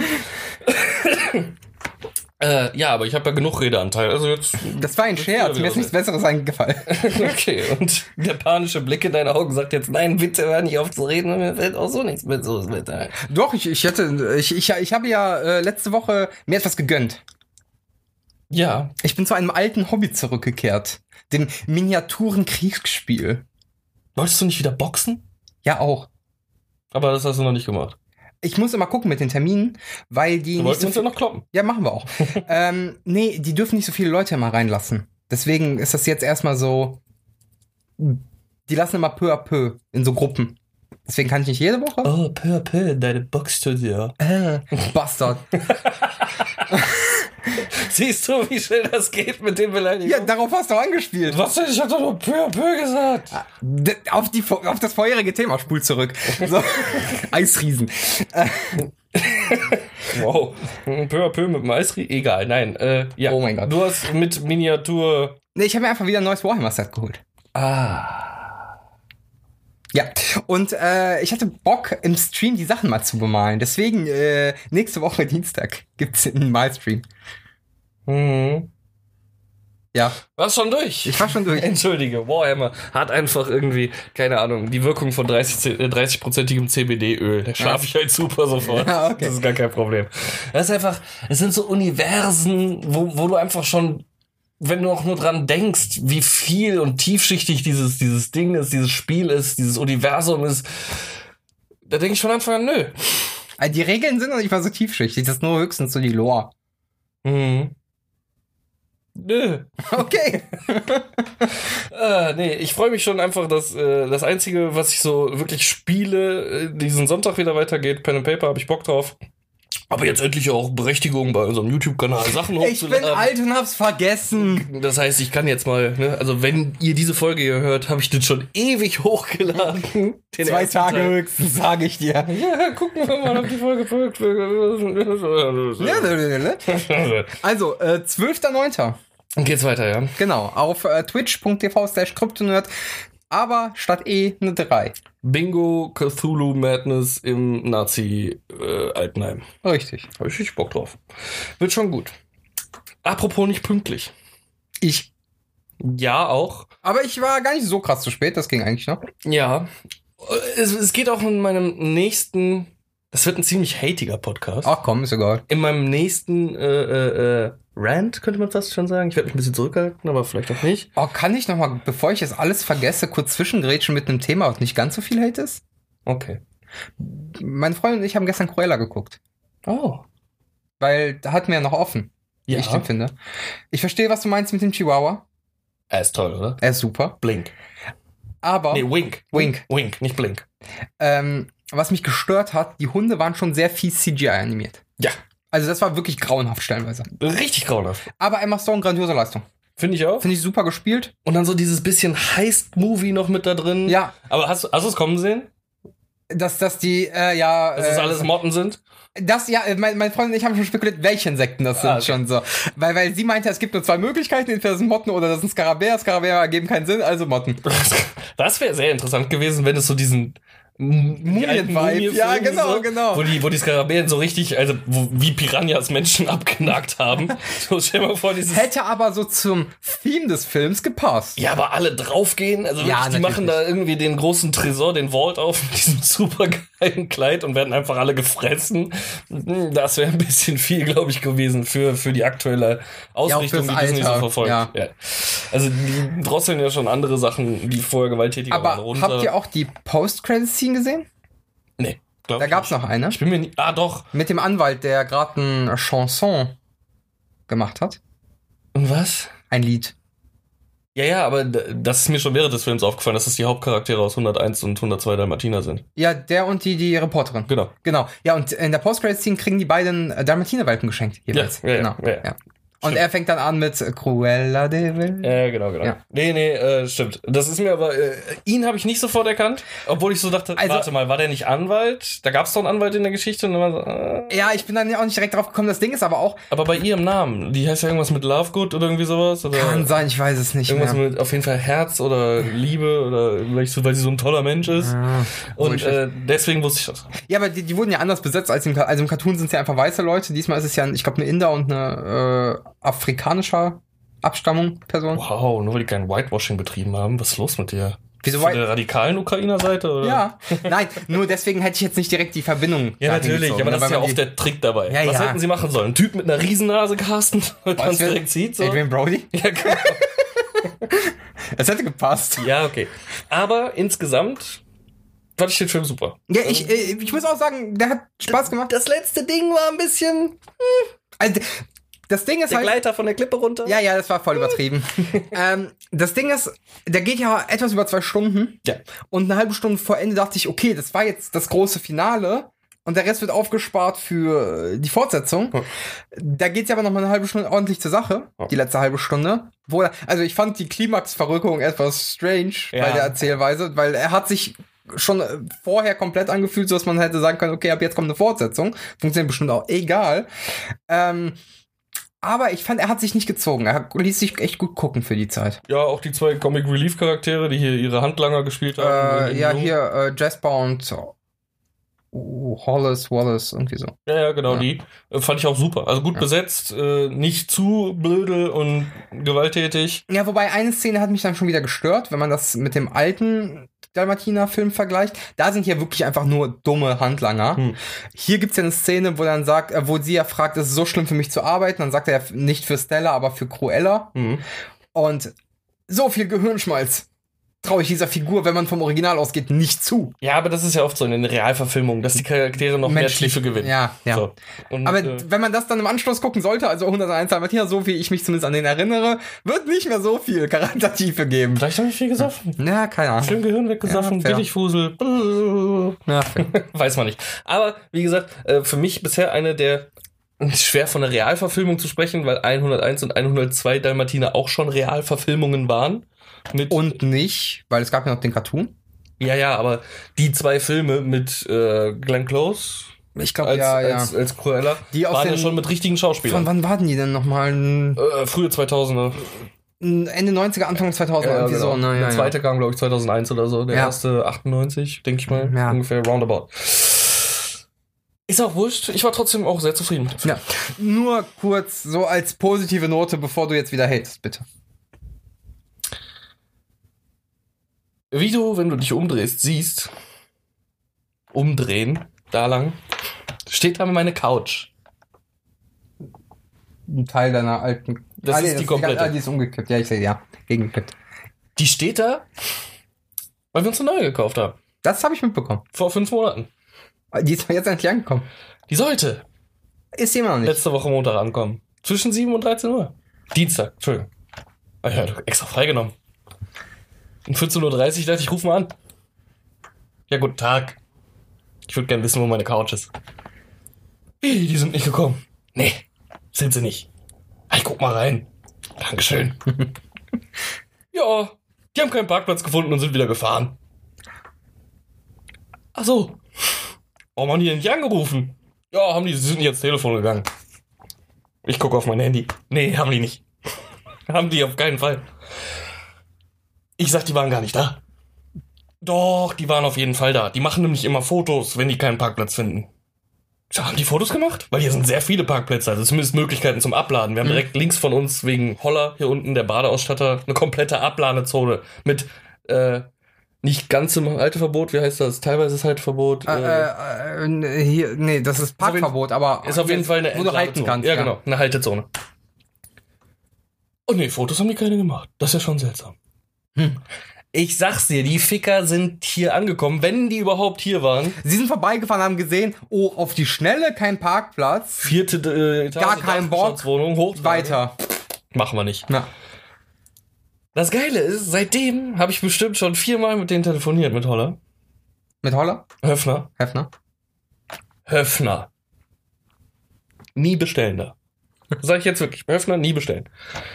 Äh, ja, aber ich habe ja genug Redeanteil. Also jetzt. Das war ein Scherz, mir ist nichts Besseres eingefallen. Okay, und der panische Blick in deine Augen sagt jetzt, nein, bitte hör nicht auf zu reden, und mir fällt auch so nichts mit so mit ein. Doch, ich, ich hätte, ich, ich, ich habe ja äh, letzte Woche mir etwas gegönnt. Ja. Ich bin zu einem alten Hobby zurückgekehrt. Dem Miniaturen-Kriegsspiel. Wolltest du nicht wieder boxen? Ja, auch. Aber das hast du noch nicht gemacht. Ich muss immer gucken mit den Terminen, weil die Du nicht wolltest so uns ja viel, noch kloppen. ja, machen wir auch. ähm, nee, die dürfen nicht so viele Leute immer reinlassen. Deswegen ist das jetzt erstmal so, die lassen immer peu à peu in so Gruppen. Deswegen kann ich nicht jede Woche. Oh, peu à peu, deine Boxstudio. Äh, Bastard. Siehst du, wie schnell das geht mit dem Beleidigungen? Ja, darauf hast du angespielt. Was denn? Ich hab doch nur peu à peu gesagt. D- Auf, die, auf das vorherige Thema, spul zurück. So. Eisriesen. Äh, Wow. Peu à peu mit dem Eisri. Egal, nein. Äh, ja. Oh mein Gott. Du hast mit Miniatur. nee, ich habe mir einfach wieder ein neues Warhammer-Set geholt. Ah. Ja, und äh, ich hatte Bock, im Stream die Sachen mal zu bemalen. Deswegen, äh, nächste Woche Dienstag gibt's einen Malstream. Mhm. Ja, Warst schon durch? ich war schon durch. Entschuldige, Warhammer hat einfach irgendwie, keine Ahnung, die Wirkung von dreißig-prozentigem C B D-Öl. Da schlafe ich halt super sofort. Ja, okay. Das ist gar kein Problem. Das ist einfach, es sind so Universen, wo, wo du einfach schon, wenn du auch nur dran denkst, wie viel und tiefschichtig dieses, dieses Ding ist, dieses Spiel ist, dieses Universum ist, da denke ich von Anfang an, nö. Also die Regeln sind noch nicht mal so tiefschichtig, das ist nur höchstens so die Lore. Mhm. Nö. Okay. Äh, nee, ich freue mich schon einfach, dass äh, das Einzige, was ich so wirklich spiele, äh, diesen Sonntag wieder weitergeht. Pen and Paper, habe ich Bock drauf. Aber jetzt endlich auch Berechtigung bei unserem YouTube-Kanal Sachen Ich hochzuladen. bin alt und hab's vergessen. Das heißt, ich kann jetzt mal, ne, also wenn ihr diese Folge hier hört, habe ich das schon ewig hochgeladen. Den Zwei ersten Tage Teil. höchstens, sage ich dir. Ja, gucken wir mal, ob die Folge folgt. Also, äh, zwölfter neunter Dann geht's weiter, ja. Genau, auf äh, twitch.tv slash kryptonerd, aber statt E eine drei. Bingo Cthulhu Madness im Nazi äh, Altenheim. Richtig. Habe ich richtig Bock drauf. Wird schon gut. Apropos nicht pünktlich. Ich. Ja, auch. Aber ich war gar nicht so krass zu spät, das ging eigentlich noch. Ja. Es, es geht auch in meinem nächsten. Das wird ein ziemlich hatiger Podcast. Ach komm, ist egal. In meinem nächsten äh, äh, äh, Rant, könnte man fast schon sagen. Ich werde mich ein bisschen zurückhalten, aber vielleicht auch nicht. Oh, kann ich noch mal, bevor ich jetzt alles vergesse, kurz zwischengrätschen mit einem Thema, was nicht ganz so viel Hate ist? Okay. Meine Freundin und ich haben gestern Cruella geguckt. Oh. Weil da hatten wir ja noch offen, wie Ja. ich den finde. Ich verstehe, was du meinst mit dem Chihuahua. Er ist toll, oder? Er ist super. Blink. Aber, Nee, Wink. Wink. Wink, nicht Blink. ähm, was mich gestört hat, die Hunde waren schon sehr fies C G I animiert. Ja. Also das war wirklich grauenhaft stellenweise. Richtig grauenhaft. Aber Emma Stone, grandiose Leistung. Finde ich auch. Finde ich super gespielt. Und dann so dieses bisschen Heist-Movie noch mit da drin. Ja, Aber hast, hast du es kommen sehen? dass, dass die, äh, ja... Dass das äh, alles Motten sind? Das, ja, äh, mein, mein Freund und ich haben schon spekuliert, welche Insekten das sind Ah, okay. schon so. Weil, weil sie meinte, es gibt nur zwei Möglichkeiten, entweder das sind Motten oder das sind Skarabäer. Skarabäer ergeben keinen Sinn, also Motten. Das wäre sehr interessant gewesen, wenn es so diesen Mumien-Vibe. Ja, genau, genau. Wo die, wo die Skarabäen so richtig, also wo, wie Piranhas Menschen abgenagt haben. So, stell dir mal vor, dieses... Hätte aber so zum Theme des Films gepasst. Ja, aber alle draufgehen, also Ja, wirklich, die natürlich machen da irgendwie den großen Tresor, den Vault auf mit diesem super geilen Kleid und werden einfach alle gefressen. Das wäre ein bisschen viel, glaube ich, gewesen für, für die aktuelle Ausrichtung, fürs die Disney so Alter, verfolgt. ja. Ja. Also die drosseln ja schon andere Sachen, die vorher gewalttätiger waren, Aber runter. habt ihr auch die Post-Credit-Scene gesehen? Nee, glaub Da ich gab's nicht. noch eine. Ich bin mir nicht... Ah, doch. Mit dem Anwalt, der gerade ein Chanson gemacht hat. Und was? Ein Lied. Ja, ja, aber d- das ist mir schon während des Films aufgefallen, dass das die Hauptcharaktere aus hunderteins und hundertzwei Dalmatiner sind. Ja, der und die, die Reporterin. Genau. Genau. Ja, und in der Post-Credit-Scene kriegen die beiden äh, Dalmatiner-Welpen geschenkt. Jeweils. Ja, ja, genau. ja, ja. Und er fängt dann an mit Cruella de Vil. Ja, genau, genau. Ja. Nee, nee, äh, stimmt. Das ist mir aber, äh, ihn habe ich nicht sofort erkannt, obwohl ich so dachte, also, warte mal, war der nicht Anwalt? Da gab es doch einen Anwalt in der Geschichte. Und dann war so, äh. Ja, ich bin dann auch nicht direkt drauf gekommen. Das Ding ist aber auch... Aber bei ihrem Namen, die heißt ja irgendwas mit Lovegood oder irgendwie sowas? Oder kann sein, ich weiß es nicht irgendwas mehr. mit auf jeden Fall Herz oder Liebe oder vielleicht so, weil sie so ein toller Mensch ist. Ja, und äh, deswegen wusste ich das. Ja, aber die, die wurden ja anders besetzt als im, also im Cartoon sind es ja einfach weiße Leute. Diesmal ist es ja, ich glaube, eine Inder und eine äh, afrikanischer Abstammung Person. Wow, nur weil die kein Whitewashing betrieben haben. Was ist los mit dir? Wieso von der radikalen Ukrainer-Seite? Oder? Ja, nein, nur deswegen hätte ich jetzt nicht direkt die Verbindung. Ja, natürlich, gezogen, aber das ist ja die... oft der Trick dabei. Ja, Was ja. hätten sie machen sollen? Ein Typ mit einer Riesennase casten, weil man es direkt sieht? So? Adrian Brody? Ja, genau. Es hätte gepasst. Ja, okay. Aber insgesamt fand ich den Film super. Ja, ich, ich muss auch sagen, der hat Spaß gemacht. Das letzte Ding war ein bisschen... Hm. Also, das Ding ist der halt... Gleiter von der Klippe runter. Ja, ja, das war voll übertrieben. ähm, das Ding ist, der geht ja etwas über zwei Stunden. Ja. Und eine halbe Stunde vor Ende dachte ich, okay, das war jetzt das große Finale. Und der Rest wird aufgespart für die Fortsetzung. Hm. Da geht's ja aber noch mal eine halbe Stunde ordentlich zur Sache. Hm. Die letzte halbe Stunde. Wo er, also ich fand die Klimax-Verrückung etwas strange ja. bei der Erzählweise. Weil er hat sich schon vorher komplett angefühlt, so dass man hätte sagen können, okay, ab jetzt kommt eine Fortsetzung. Funktioniert bestimmt auch. Egal. Ähm... Aber ich fand, er hat sich nicht gezogen. Er ließ sich echt gut gucken für die Zeit. Ja, auch die zwei Comic-Relief-Charaktere, die hier ihre Handlanger gespielt haben. Äh, ja, Jungen. hier äh, Jasper und uh, Hollis, Wallace, irgendwie so. Ja, ja, genau, ja. die äh, fand ich auch super. Also gut ja. besetzt, äh, nicht zu blöde und gewalttätig. Ja, wobei eine Szene hat mich dann schon wieder gestört, wenn man das mit dem alten Dalmatiner-Film vergleicht. Da sind ja wirklich einfach nur dumme Handlanger. Hm. Hier gibt's ja eine Szene, wo dann sagt, wo sie ja fragt, es ist so schlimm für mich zu arbeiten. Dann sagt er nicht für Stella, aber für Cruella. Hm. Und so viel Gehirnschmalz traue ich dieser Figur, wenn man vom Original ausgeht, nicht zu. Ja, aber das ist ja oft so in den Realverfilmungen, dass die Charaktere noch Menschlich, mehr Tiefe gewinnen. Ja, ja. So. Und, aber äh, wenn man das dann im Anschluss gucken sollte, also hunderteins Dalmatiner, so wie ich mich zumindest an den erinnere, wird nicht mehr so viel Charaktertiefe geben. Vielleicht habe ich viel gesoffen. Ja, keine Ahnung. Schön Gehirn weggesoffen, ja, Billigfusel. Ja, weiß man nicht. Aber, wie gesagt, für mich bisher eine der schwer von einer Realverfilmung zu sprechen, weil hunderteins und hundertzwei Dalmatiner auch schon Realverfilmungen waren. Mit und nicht, weil es gab ja noch den Cartoon. Ja, ja, aber die zwei Filme mit äh, Glenn Close, ich glaube, als, ja, ja. als, als Cruella, die waren den, ja schon mit richtigen Schauspielern. Von wann waren die denn nochmal? Äh, frühe zweitausender. Ende neunziger, Anfang zweitausender. Ja, genau. so. Na, ja, der zweite ja. kam, glaube ich, zweitausendeins oder so. Der ja. erste achtundneunzig, denke ich mal. Ja. Ungefähr roundabout. Ist auch wurscht. Ich war trotzdem auch sehr zufrieden mit dem Film. Ja. Nur kurz, so als positive Note, bevor du jetzt wieder hatest, bitte. Wie du, wenn du dich umdrehst, siehst, umdrehen, da lang, steht da meine Couch. Ein Teil deiner alten... Das ah, ist nee, die das komplette. Die, ah, die ist umgekippt, ja, ich sehe, ja, gegengekippt. Die steht da, weil wir uns eine neue gekauft haben. Das habe ich mitbekommen. Vor fünf Monaten. Die ist jetzt endlich angekommen. Die sollte. Ist immer noch nicht. Letzte Woche Montag ankommen. Zwischen sieben und dreizehn Uhr. Dienstag, Entschuldigung. Ah ja, extra freigenommen. Um vierzehn Uhr dreißig dachte ich, ruf mal an. Ja, guten Tag. Ich würde gerne wissen, wo meine Couch ist. Wie, die sind nicht gekommen. Nee, sind sie nicht. Ich guck mal rein. Dankeschön. Ja, die haben keinen Parkplatz gefunden und sind wieder gefahren. Ach so. Warum haben die denn nicht angerufen? Ja, haben die, sie sind nicht ans Telefon gegangen. Ich gucke auf mein Handy. Nee, haben die nicht. Haben die auf keinen Fall. Ich sag, die waren gar nicht da. Doch, die waren auf jeden Fall da. Die machen nämlich immer Fotos, wenn die keinen Parkplatz finden. Ich sag, haben die Fotos gemacht? Weil hier sind sehr viele Parkplätze, also zumindest Möglichkeiten zum Abladen. Wir haben direkt mhm. links von uns wegen Holler, hier unten der Badeausstatter, eine komplette Abladezone mit, äh, nicht ganz im Halteverbot, wie heißt das? Teilweise ist Halteverbot. Äh, äh, äh, hier, nee, das ist Parkverbot, ist aber... Ist auf jeden Fall eine wo du halten kannst. Ja, ja, genau, eine Haltezone. Oh nee, Fotos haben die keine gemacht. Das ist ja schon seltsam. Hm. Ich sag's dir, die Ficker sind hier angekommen, wenn die überhaupt hier waren. Sie sind vorbeigefahren, haben gesehen, oh, auf die Schnelle kein Parkplatz. Vierte äh, Etage, gar kein Bock. Wohnung, hoch. Weiter. Machen wir nicht. Na. Das Geile ist, seitdem habe ich bestimmt schon viermal mit denen telefoniert, mit Holler. Mit Holler? Höfner. Höfner. Höfner. Nie bestellender. Sag ich jetzt wirklich. Bei Höfner nie bestellen.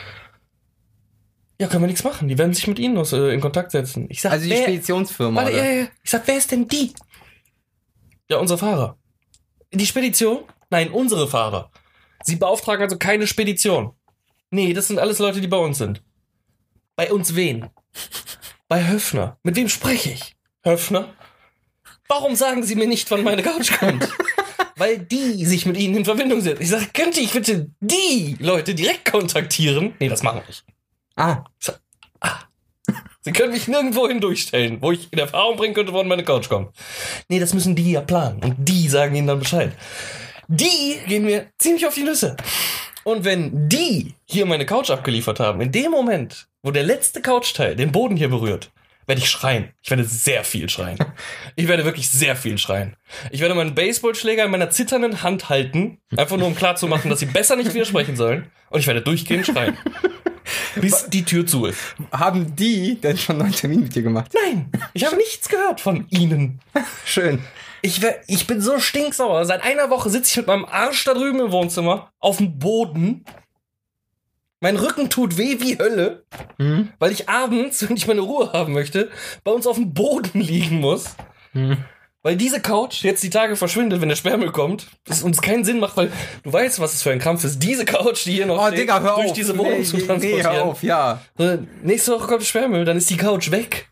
Ja, können wir nichts machen. Die werden sich mit Ihnen noch, äh, in Kontakt setzen. Ich sag, Also die wer, Speditionsfirma, warte, oder? ja, ja. Ich sag, wer ist denn die? Ja, unser Fahrer. Die Spedition? Nein, unsere Fahrer. Sie beauftragen also keine Spedition. Nee, das sind alles Leute, die bei uns sind. Bei uns wen? Bei Höfner. Mit wem spreche ich? Höfner? Warum sagen Sie mir nicht, wann meine Couch kommt? Weil die sich mit Ihnen in Verbindung setzen. Ich sage, könnte ich bitte die Leute direkt kontaktieren? Nee, das machen wir nicht. Ah. Ich sag, ah. Sie können mich nirgendwo hindurchstellen, wo ich in Erfahrung bringen könnte, wann meine Couch kommt. Nee, das müssen die ja planen. Und die sagen Ihnen dann Bescheid. Die gehen mir ziemlich auf die Nüsse. Und wenn die hier meine Couch abgeliefert haben, in dem Moment, wo der letzte Couchteil den Boden hier berührt, werde ich schreien. Ich werde sehr viel schreien. Ich werde wirklich sehr viel schreien. Ich werde meinen Baseballschläger in meiner zitternden Hand halten, einfach nur um klarzumachen, dass sie besser nicht widersprechen sollen. Und ich werde durchgehend schreien. Bis die Tür zu ist. Haben die denn schon einen neuen Termin mit dir gemacht? Nein, ich habe nichts gehört von ihnen. Schön. Ich, wär, ich bin so stinksauer. Seit einer Woche sitze ich mit meinem Arsch da drüben im Wohnzimmer auf dem Boden. Mein Rücken tut weh wie Hölle, Mhm. weil ich abends, wenn ich meine Ruhe haben möchte, bei uns auf dem Boden liegen muss. Mhm. Weil diese Couch jetzt die Tage verschwindet, wenn der Sperrmüll kommt. Das uns keinen Sinn macht, weil du weißt, was es für ein Krampf ist. Diese Couch, die hier noch Oh, steht, Digga, hör durch auf. diese Wohnung nee, zu nee, transportieren. Nee, hör auf, ja. So, nächste Woche kommt der Sperrmüll, dann ist die Couch weg.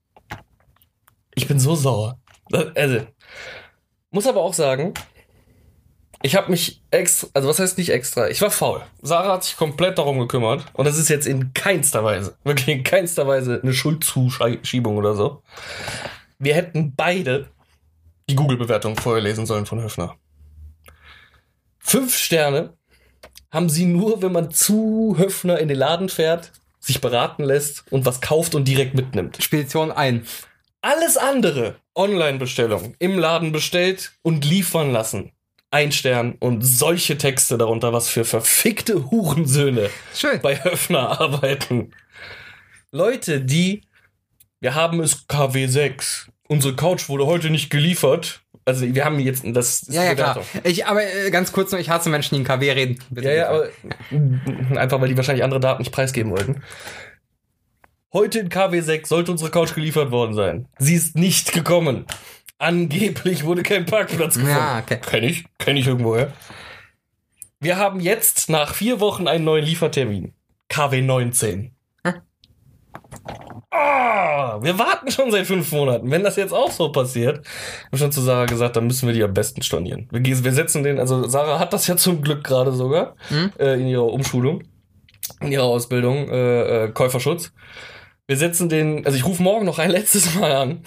Ich bin so sauer. Also, muss aber auch sagen, ich habe mich extra, also was heißt nicht extra, ich war faul. Sarah hat sich komplett darum gekümmert und das ist jetzt in keinster Weise, wirklich in keinster Weise eine Schuldzuschiebung oder so. Wir hätten beide die Google-Bewertung vorher lesen sollen von Höfner. Fünf Sterne haben sie nur, wenn man zu Höfner in den Laden fährt, sich beraten lässt und was kauft und direkt mitnimmt. Spedition ein. Alles andere, Online-Bestellung, im Laden bestellt und liefern lassen. Ein Stern und solche Texte darunter, was für verfickte Hurensöhne Schön. bei Höfner arbeiten. Leute, die, wir haben es K W sechs, unsere Couch wurde heute nicht geliefert. Also wir haben jetzt, das ist Ja, ja, die klar. Bewertung. Ich, aber äh, ganz kurz noch, ich hasse Menschen, die in K W reden. Bitte, Ja, ja, bitte. aber einfach, weil die wahrscheinlich andere Daten nicht preisgeben wollten. Heute in K W sechs sollte unsere Couch geliefert worden sein. Sie ist nicht gekommen. Angeblich wurde kein Parkplatz gefunden. Ja, okay. Kenn ich, kenn ich irgendwoher. Wir haben jetzt nach vier Wochen einen neuen Liefertermin. K W neunzehn. Hm? Ah, wir warten schon seit fünf Monaten. Wenn das jetzt auch so passiert, habe ich schon zu Sarah gesagt, dann müssen wir die am besten stornieren. Wir, gehen- wir setzen den, also Sarah hat das ja zum Glück gerade sogar Hm? äh, in ihrer Umschulung, in ihrer Ausbildung, äh, äh, Käuferschutz. Wir setzen den, also ich rufe morgen noch ein letztes Mal an.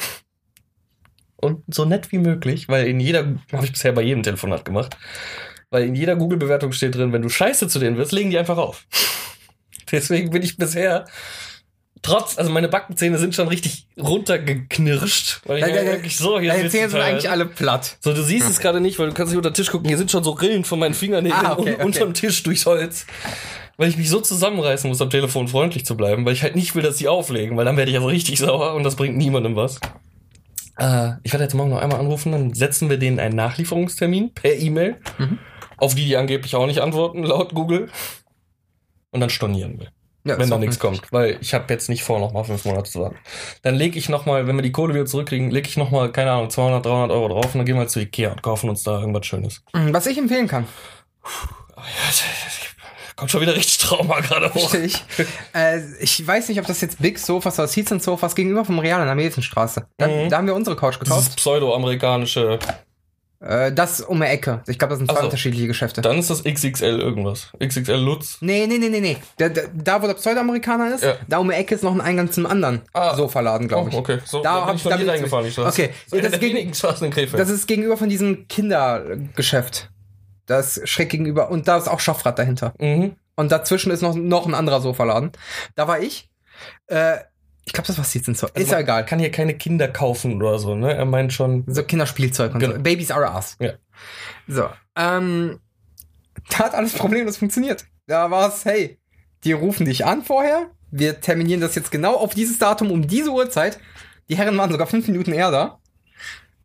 Und so nett wie möglich, weil in jeder, habe ich bisher bei jedem Telefonat gemacht, weil in jeder Google-Bewertung steht drin, wenn du scheiße zu denen wirst, legen die einfach auf. Deswegen bin ich bisher, trotz, also meine Backenzähne sind schon richtig runtergeknirscht, weil ich Ja, ja, ja. wirklich so hier Deine sitze Zähne sind teilweise. eigentlich alle platt. So, du siehst es gerade nicht, weil du kannst nicht unter den Tisch gucken. Hier sind schon so Rillen von meinen Fingernägeln Ah, okay, un- okay. unterm Tisch durchs Holz. Weil ich mich so zusammenreißen muss, am Telefon freundlich zu bleiben, weil ich halt nicht will, dass sie auflegen, weil dann werde ich also richtig sauer und das bringt niemandem was. Äh, ich werde jetzt morgen noch einmal anrufen, dann setzen wir denen einen Nachlieferungstermin per E-Mail, Mhm. auf die die angeblich auch nicht antworten, laut Google. Und dann stornieren wir. Ja, Wenn ist da auch nichts vernünftig. kommt. Weil ich habe jetzt nicht vor, noch mal fünf Monate zu warten. Dann lege ich noch mal, wenn wir die Kohle wieder zurückkriegen, lege ich noch mal, keine Ahnung, zweihundert, dreihundert Euro drauf und dann gehen wir zu Ikea und kaufen uns da irgendwas Schönes. Mhm, Was ich empfehlen kann. Oh ja, kommt schon wieder richtig Trauma gerade hoch. Verstehe ich. äh, ich weiß nicht, ob das jetzt Big Sofas oder Seats and Sofas gegenüber vom Real in der Mädchenstraße. Da, Mhm. da haben wir unsere Couch Dieses gekauft. pseudo-amerikanische, Äh, das um die Ecke. Ich glaube, das sind zwei Ach so. unterschiedliche Geschäfte. dann ist das X X L irgendwas. X X L Lutz. Nee, nee, nee, nee, nee. Da, da, da wo der Pseudo-Amerikaner ist, Ja. da um die Ecke ist noch ein Eingang zum anderen Ah. Sofaladen, glaube ich. Oh, okay. So, Da da hab bin ich ich- noch da nie bin ich- reingefahren, die Straße. Okay. Das ist eine Das der ging- wenigen Straßen in Krefeld. Das ist gegenüber von diesem Kindergeschäft. Das ist schräg gegenüber. Und da ist auch Schaffrad dahinter. mhm. Und dazwischen ist noch, noch ein anderer Sofaladen. Da war ich. Äh, ich glaube, das war Seats and Sofas. Also Ist ja man egal. kann hier keine Kinder kaufen oder so, ne? Er meint schon. So Kinderspielzeug und Genau. so. Babies are us. Ja. So. Ähm, da hat alles problemlos funktioniert. Da war es, hey, die rufen dich an vorher. Wir terminieren das jetzt genau auf dieses Datum um diese Uhrzeit. Die Herren waren sogar fünf Minuten eher da.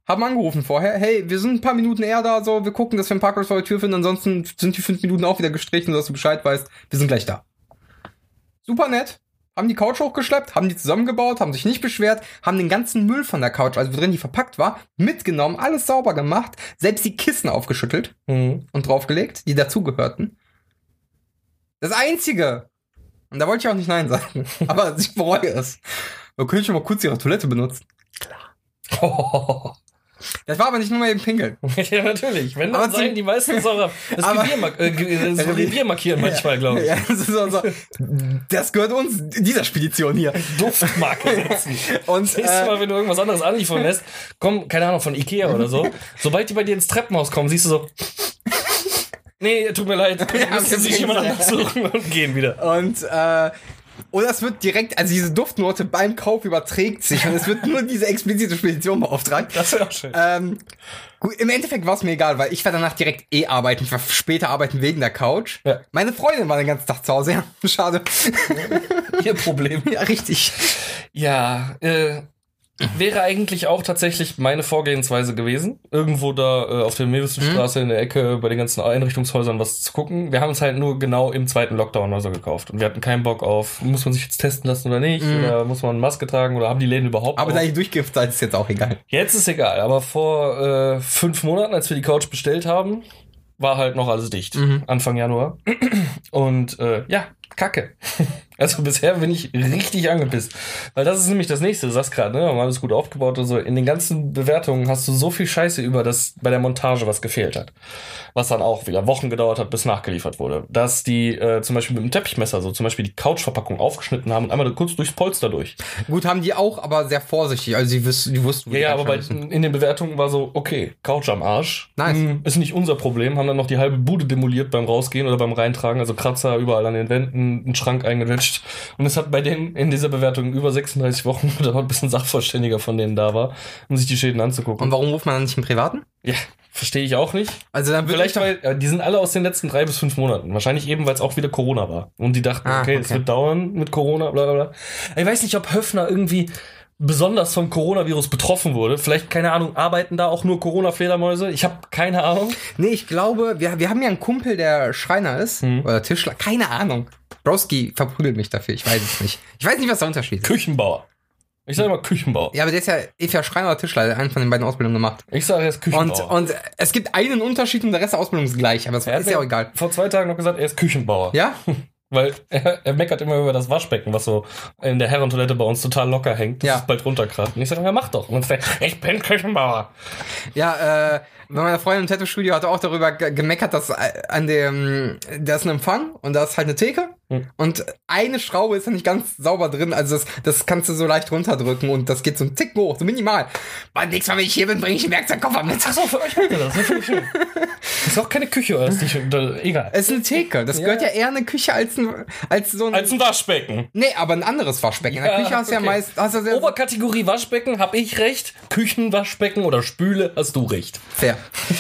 haben angerufen vorher, hey, wir sind ein paar Minuten eher da, so, wir gucken, dass wir einen Parkplatz vor der Tür finden, ansonsten sind die fünf Minuten auch wieder gestrichen, sodass du Bescheid weißt, wir sind gleich da. Super nett. Haben die Couch hochgeschleppt, haben die zusammengebaut, haben sich nicht beschwert, haben den ganzen Müll von der Couch, also wo drin die verpackt war, mitgenommen, alles sauber gemacht, selbst die Kissen aufgeschüttelt Mhm. und draufgelegt, die dazugehörten. Das Einzige, und da wollte ich auch nicht Nein sagen, aber ich bereue es. Da könnte ich mal kurz ihre Toilette benutzen. Oh. Das war aber nicht nur mal eben pinkeln. Ja, natürlich. Wenn Aber dann sein, zum- die meisten Sauer. Das Aber- Revier, mark äh, ge- das Revier markieren manchmal, glaube ich. Ja, das, ist so, so, das gehört uns, dieser Spedition hier. Duftmarke setzen. Und Das nächste äh, Mal, wenn du irgendwas anderes anliefern lässt, komm, keine Ahnung, von Ikea oder so. Sobald die bei dir ins Treppenhaus kommen, siehst du so, nee, tut mir leid, Ja, müssen wir sich jemand bringen's, anders suchen und gehen wieder. Und, äh, oder es wird direkt, also diese Duftnote beim Kauf überträgt sich und es wird nur diese explizite Spedition beauftragt. Das wäre auch schön. Ähm, gut, im Endeffekt war es mir egal, weil ich war danach direkt eh arbeiten. Ich war später arbeiten wegen der Couch. Ja. Meine Freundin war den ganzen Tag zu Hause. Ja, schade. Ihr Problem. Ja, richtig. Ja, äh, wäre eigentlich auch tatsächlich meine Vorgehensweise gewesen, irgendwo da äh, auf der Meeresstraße in der Ecke bei den ganzen Einrichtungshäusern was zu gucken. Wir haben uns halt nur genau im zweiten Lockdown oder so gekauft und wir hatten keinen Bock auf, muss man sich jetzt testen lassen oder nicht, Mhm. oder muss man eine Maske tragen oder haben die Läden überhaupt Aber auf? da ich durchgeimpft seid, ist jetzt auch egal. Jetzt ist egal, aber vor äh, fünf Monaten, als wir die Couch bestellt haben, war halt noch alles dicht. Mhm. Anfang Januar. Und äh, ja, Kacke. Also bisher bin ich richtig angepisst. Weil das ist nämlich das Nächste, du sagst gerade, ne? Haben alles gut aufgebaut und so. In den ganzen Bewertungen hast du so viel Scheiße über, dass bei der Montage was gefehlt hat. Was dann auch wieder Wochen gedauert hat, bis nachgeliefert wurde. Dass die äh, zum Beispiel mit dem Teppichmesser so zum Beispiel die Couchverpackung aufgeschnitten haben und einmal kurz durchs Polster durch. Gut, haben die auch, aber sehr vorsichtig. Also die, wüs die wussten, wo Ja, die ja, aber bei, reinschreiben in den Bewertungen war so, okay, Couch am Arsch. Nice. Hm, ist nicht unser Problem. Haben dann noch die halbe Bude demoliert beim Rausgehen oder beim Reintragen. Also Kratzer überall an den Wänden, einen Schrank eingewetscht. Und es hat bei denen in dieser Bewertung über sechsunddreißig Wochen gedauert, bis ein Sachverständiger von denen da war, um sich die Schäden anzugucken. Und warum ruft man dann nicht im Privaten? Ja, verstehe ich auch nicht. Also dann Vielleicht, ich weil, ja, die sind alle aus den letzten drei bis fünf Monaten. Wahrscheinlich eben, weil es auch wieder Corona war. Und die dachten, Ah, okay, okay. es wird dauern mit Corona, bla bla bla. Ich weiß nicht, ob Höffner irgendwie besonders vom Coronavirus betroffen wurde. Vielleicht, keine Ahnung, arbeiten da auch nur Corona-Fledermäuse? Ich habe keine Ahnung. Nee, ich glaube, wir, wir haben ja einen Kumpel, der Schreiner ist. Mhm. Oder Tischler. Keine Ahnung. Browski verprügelt mich dafür. Ich weiß es nicht. Ich weiß nicht, was der Unterschied ist. Küchenbauer. Ich sage immer Küchenbauer. Ja, aber der ist ja entweder Schreiner oder Tischler. Der hat einen von den beiden Ausbildungen gemacht. Ich sage erst Und, Küchenbauer. und es gibt einen Unterschied und der Rest der Ausbildung ist gleich. Aber es Er ist hat ja auch mir egal. vor zwei Tagen noch gesagt, er ist Küchenbauer. Ja? Weil er, er meckert immer über das Waschbecken, was so in der Herrentoilette bei uns total locker hängt. Das Ja. ist bald runterkracht. Und ich sage, ja, mach doch. Und dann sagt er, ich bin Küchenbauer. Ja, äh, bei meiner Freundin im Tattoo-Studio hat er auch darüber ge gemeckert, dass äh, an dem, da ist ein Empfang und da ist halt eine Theke Hm. und eine Schraube ist ja nicht ganz sauber drin, also das, das kannst du so leicht runterdrücken und das geht so ein Tick hoch, so minimal. Beim nächsten Mal, wenn ich hier bin, bringe ich einen Werkzeugkoffer mit. Ach so, für euch meint ihr das. Das finde ich schön. Das ist auch keine Küche, oder? Ist nicht, oder, egal. Es ist eine Theke, das Ja. gehört ja eher eine Küche als ein, als so ein, Als ein Waschbecken. nee, aber ein anderes Waschbecken. In der Ja, Küche hast du ja okay. meist, hast du sehr Oberkategorie Waschbecken, hab ich recht. Küchenwaschbecken oder Spüle, hast du recht. fair.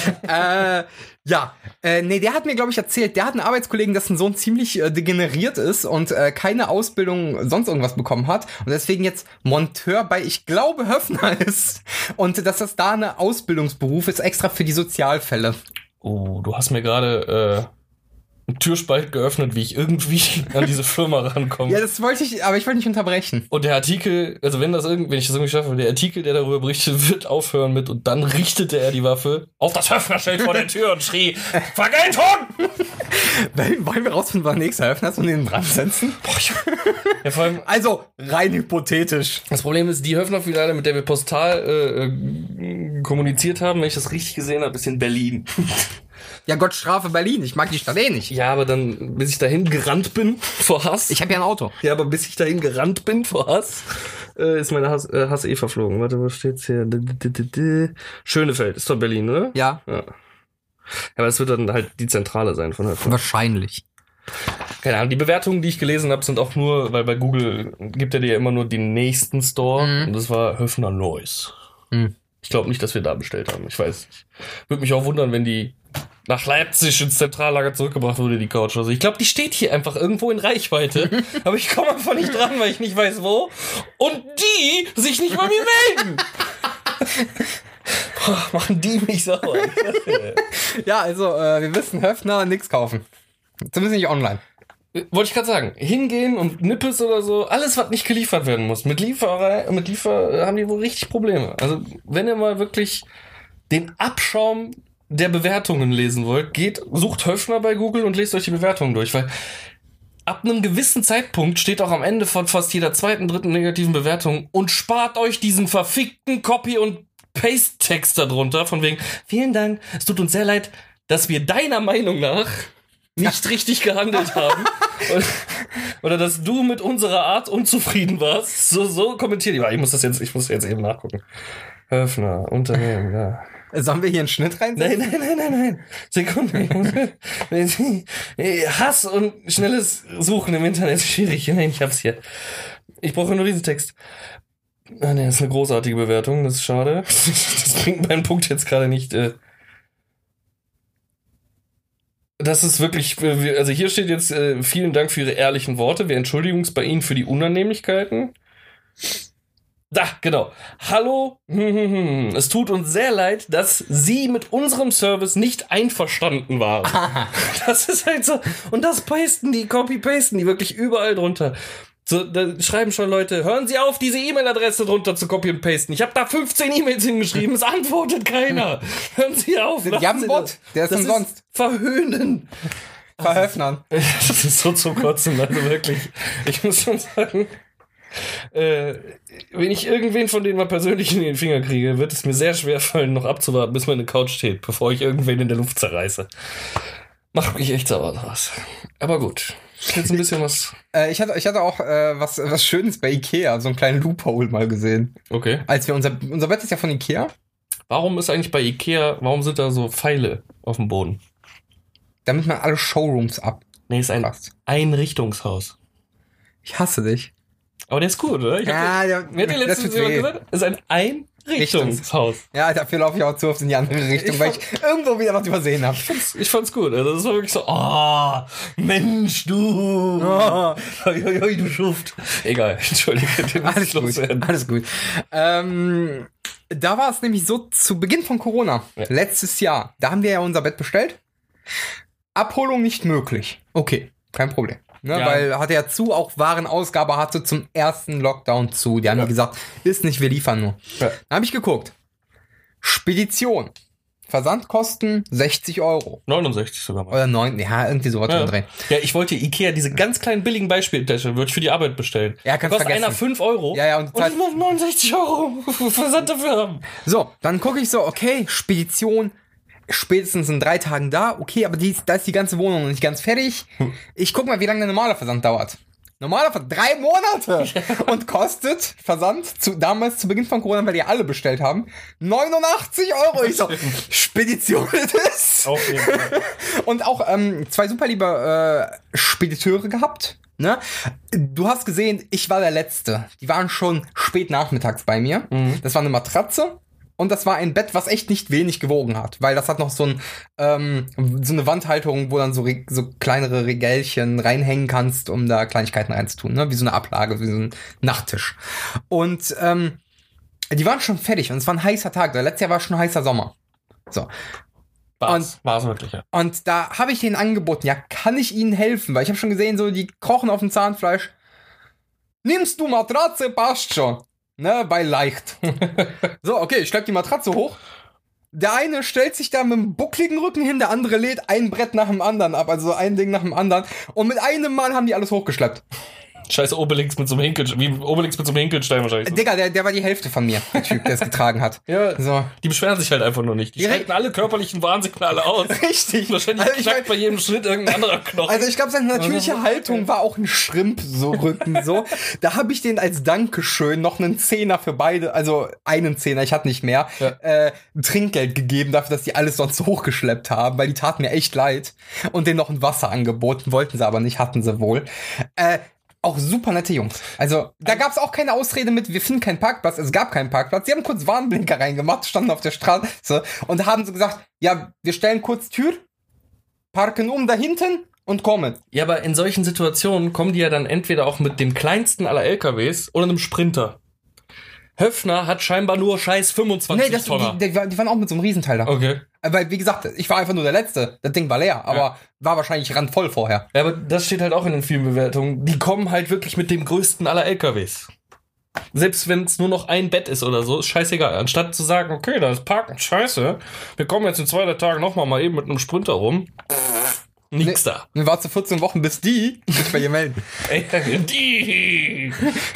äh, ja, äh, nee, der hat mir, glaube ich, erzählt, der hat einen Arbeitskollegen, dessen Sohn ziemlich äh, degeneriert ist und äh, keine Ausbildung sonst irgendwas bekommen hat und deswegen jetzt Monteur bei, ich glaube, Höffner ist und dass das da eine Ausbildungsberuf ist, extra für die Sozialfälle. Oh, du hast mir gerade äh, einen Türspalt geöffnet, wie ich irgendwie an diese Firma rankomme. Ja, das wollte ich, aber ich wollte nicht unterbrechen. Und der Artikel, also wenn das irgendwie, wenn ich das irgendwie schaffe, der Artikel, der darüber berichtet, wird aufhören mit und dann richtete er die Waffe auf das Höffnerschild vor der Tür und schrie, Vergeltung! Wollen wir rausfinden, wann der nächste Höffner ist und den dran setzen? Boah, ich, ja, vor allem, Also, rein hypothetisch. das Problem ist, die Höffner-Filiale, mit der wir postal äh, äh, kommuniziert haben, wenn ich das richtig gesehen habe, ist in Berlin. Ja, Gott strafe Berlin, ich mag die Stadt eh nicht. Ja, aber dann, bis ich dahin gerannt bin vor Hass. Ich habe ja ein Auto. Ja, aber bis ich dahin gerannt bin vor Hass, äh, ist meine Hass, äh, Hass eh verflogen. Warte, wo steht's hier? D -d -d -d Schönefeld, ist doch Berlin, oder? Ja, Ja. Aber es wird dann halt die Zentrale sein von Höffner. wahrscheinlich. Keine Ahnung, die Bewertungen, die ich gelesen habe, sind auch nur, weil bei Google gibt er dir ja immer nur den nächsten Store. Mhm. Und das war Höffner Neuss. Mhm. Ich glaube nicht, dass wir da bestellt haben. Ich weiß nicht. Würde mich auch wundern, wenn die nach Leipzig ins Zentrallager zurückgebracht wurde, die Couch. Also ich glaube, die steht hier einfach irgendwo in Reichweite. Aber ich komme einfach nicht dran, weil ich nicht weiß, wo. Und die sich nicht bei mir melden. Boah, machen die mich sauer. Ja, also, äh, wir wissen, Höfner, nix kaufen. Zumindest nicht online. Wollte ich gerade sagen, hingehen und Nippes oder so, alles, was nicht geliefert werden muss. Mit Liefererei, mit Liefer haben die wohl richtig Probleme. Also, wenn ihr mal wirklich den Abschaum der Bewertungen lesen wollt, geht, sucht Höfner bei Google und lest euch die Bewertungen durch, weil ab einem gewissen Zeitpunkt steht auch am Ende von fast jeder zweiten, dritten negativen Bewertung und spart euch diesen verfickten Copy- und Paste-Text darunter, von wegen, vielen Dank, es tut uns sehr leid, dass wir deiner Meinung nach nicht richtig gehandelt haben. Oder, oder dass du mit unserer Art unzufrieden warst. So, so kommentiert die. Ich muss das jetzt, ich muss jetzt eben nachgucken. Höfner, Unternehmen, ja. Sollen wir hier einen Schnitt reinsetzen? Nein, nein, nein, nein, nein. Sekunde. Ich muss, Hass und schnelles Suchen im Internet ist schwierig. Nein, ich hab's hier. Ich brauche nur diesen Text. Ah, ne, das ist eine großartige Bewertung. Das ist schade. Das bringt meinen Punkt jetzt gerade nicht. Äh Das ist wirklich, also hier steht jetzt, äh, vielen Dank für Ihre ehrlichen Worte. Wir entschuldigen uns bei Ihnen für die Unannehmlichkeiten. Da, genau. Hallo, es tut uns sehr leid, dass Sie mit unserem Service nicht einverstanden waren. Das ist halt so, und das pasten die, copy-pasten die wirklich überall drunter. So, da schreiben schon Leute, hören Sie auf, diese E-Mail-Adresse drunter zu copy und pasten. Ich habe da fünfzehn E-Mails hingeschrieben, es antwortet keiner. Hören Sie auf. Die haben einen Bot, der ist das umsonst. Ist verhöhnen. Verhöfnern. Das ist so zum Kotzen, also wirklich. Ich muss schon sagen, äh, wenn ich irgendwen von denen mal persönlich in den Finger kriege, wird es mir sehr schwer fallen, noch abzuwarten, bis meine Couch steht, bevor ich irgendwen in der Luft zerreiße. Macht mich echt sauer draus. Aber gut. Jetzt ein bisschen was. Äh, ich hatte, ich hatte auch äh, was, was Schönes bei Ikea, so einen kleinen Loophole mal gesehen. Okay. Als wir unser, unser Bett ist ja von Ikea. Warum ist eigentlich bei Ikea, warum sind da so Pfeile auf dem Boden? Damit man alle Showrooms ab. Nee, ist ein passt. Einrichtungshaus. Ich hasse dich. Aber der ist gut, oder? Ich Ja, hab, der, wer hat dir letztens jemand gesagt? Ist ein Einrichtungshaus. Ja, dafür laufe ich auch zu oft in die andere Richtung, Ich weil ich irgendwo wieder was übersehen habe. Ich fand's, ich fand's gut. Also das war wirklich so, oh, Mensch, du. Oh. Hoi, hoi, hoi, du Schuft. Egal, entschuldige. Den muss Alles ich gut, loswerden. alles gut. Ähm, da war es nämlich so zu Beginn von Corona, Ja. letztes Jahr. Da haben wir ja unser Bett bestellt. Abholung nicht möglich. Okay, kein Problem. Ne, Ja. Weil hatte ja zu, auch Warenausgabe hatte zum ersten Lockdown zu. Die haben Ja. ja gesagt, ist nicht, wir liefern nur. Ja. Dann habe ich geguckt. Spedition. Versandkosten sechzig Euro. neunundsechzig sogar mal. Oder neun, ja, irgendwie sowas Ja. drin. ja, ich wollte Ikea, diese ganz kleinen billigen Beispieltasche, würde ich für die Arbeit bestellen. Ja, kannst kostet vergessen. einer fünf Euro. Ja, ja, und und ich muss neunundsechzig Euro Versand dafür haben. So, dann gucke ich so, okay, Spedition, spätestens in drei Tagen da, okay, aber die, da ist die ganze Wohnung noch nicht ganz fertig. Ich guck mal, wie lange der normale Versand dauert. Normaler Versand, drei Monate! Und kostet Versand, zu, damals zu Beginn von Corona, weil die alle bestellt haben, neunundachtzig Euro. Ich so, Spedition ist es. Auf jeden Fall. Und auch ähm, zwei super liebe äh, Spediteure gehabt. Ne? Du hast gesehen, ich war der Letzte. Die waren schon spät nachmittags bei mir. Mhm. Das war eine Matratze. Und das war ein Bett, was echt nicht wenig gewogen hat, weil das hat noch so, ein, ähm, so eine Wandhalterung, wo dann so, Re- so kleinere Regälchen reinhängen kannst, um da Kleinigkeiten reinzutun, ne? Wie so eine Ablage, wie so ein Nachttisch. Und ähm, die waren schon fertig und es war ein heißer Tag. Letztes Jahr war schon ein heißer Sommer. So. War's, war's wirklich, ja. Und da habe ich denen angeboten, ja, kann ich ihnen helfen? Weil ich habe schon gesehen, so die kochen auf dem Zahnfleisch. Nimmst du Matratze, passt schon. Ne, bei leicht. So, okay, ich schlepp die Matratze hoch. Der eine stellt sich da mit einem buckligen Rücken hin, der andere lädt ein Brett nach dem anderen ab, also ein Ding nach dem anderen. Und mit einem Mal haben die alles hochgeschleppt. Scheiße Obelix mit so einem Hinkelstein, wie Obelix mit so einem Hinkelstein wahrscheinlich. Digga, der, der war die Hälfte von mir, der Typ, der es getragen hat. Ja, So. die beschweren sich halt einfach nur nicht. Die Direkt- schalten alle körperlichen Warnsignale aus. Richtig. Wahrscheinlich Also ich knackt mein- bei jedem Schritt irgendein anderer Knochen. Also ich glaube, seine natürliche Haltung war auch ein Schrimp, so Rücken, so. Da habe ich denen als Dankeschön noch einen Zehner für beide, also einen Zehner, ich hatte nicht mehr, Ja. äh, Trinkgeld gegeben dafür, dass die alles sonst so hochgeschleppt haben, weil die taten mir echt leid. Und denen noch ein Wasser angeboten, wollten sie aber nicht, hatten sie wohl. Äh, auch super nette Jungs. Also, da gab's auch keine Ausrede mit, wir finden keinen Parkplatz. Es gab keinen Parkplatz. Sie haben kurz Warnblinker reingemacht, standen auf der Straße und haben so gesagt, ja, wir stellen kurz Tür, parken um da hinten und kommen. Ja, aber in solchen Situationen kommen die ja dann entweder auch mit dem kleinsten aller L K Ws oder einem Sprinter. Höffner hat scheinbar nur scheiß fünfundzwanzig Nee, das, Tonner. die, die, waren- die waren auch mit so einem Riesenteil da. Okay. Weil, wie gesagt, ich war einfach nur der Letzte. Das Ding war leer, aber Ja. war wahrscheinlich randvoll vorher. Ja, aber das steht halt auch in den vielen Bewertungen. Die kommen halt wirklich mit dem größten aller L K Ws. Selbst wenn es nur noch ein Bett ist oder so, ist scheißegal. Anstatt zu sagen, okay, da ist Parken, scheiße, wir kommen jetzt in zwei, drei Tagen nochmal mal eben mit einem Sprinter rum. Nix Nee. da. Dann warst du vierzehn Wochen, bis die sich bei ihr melden. Ey, die,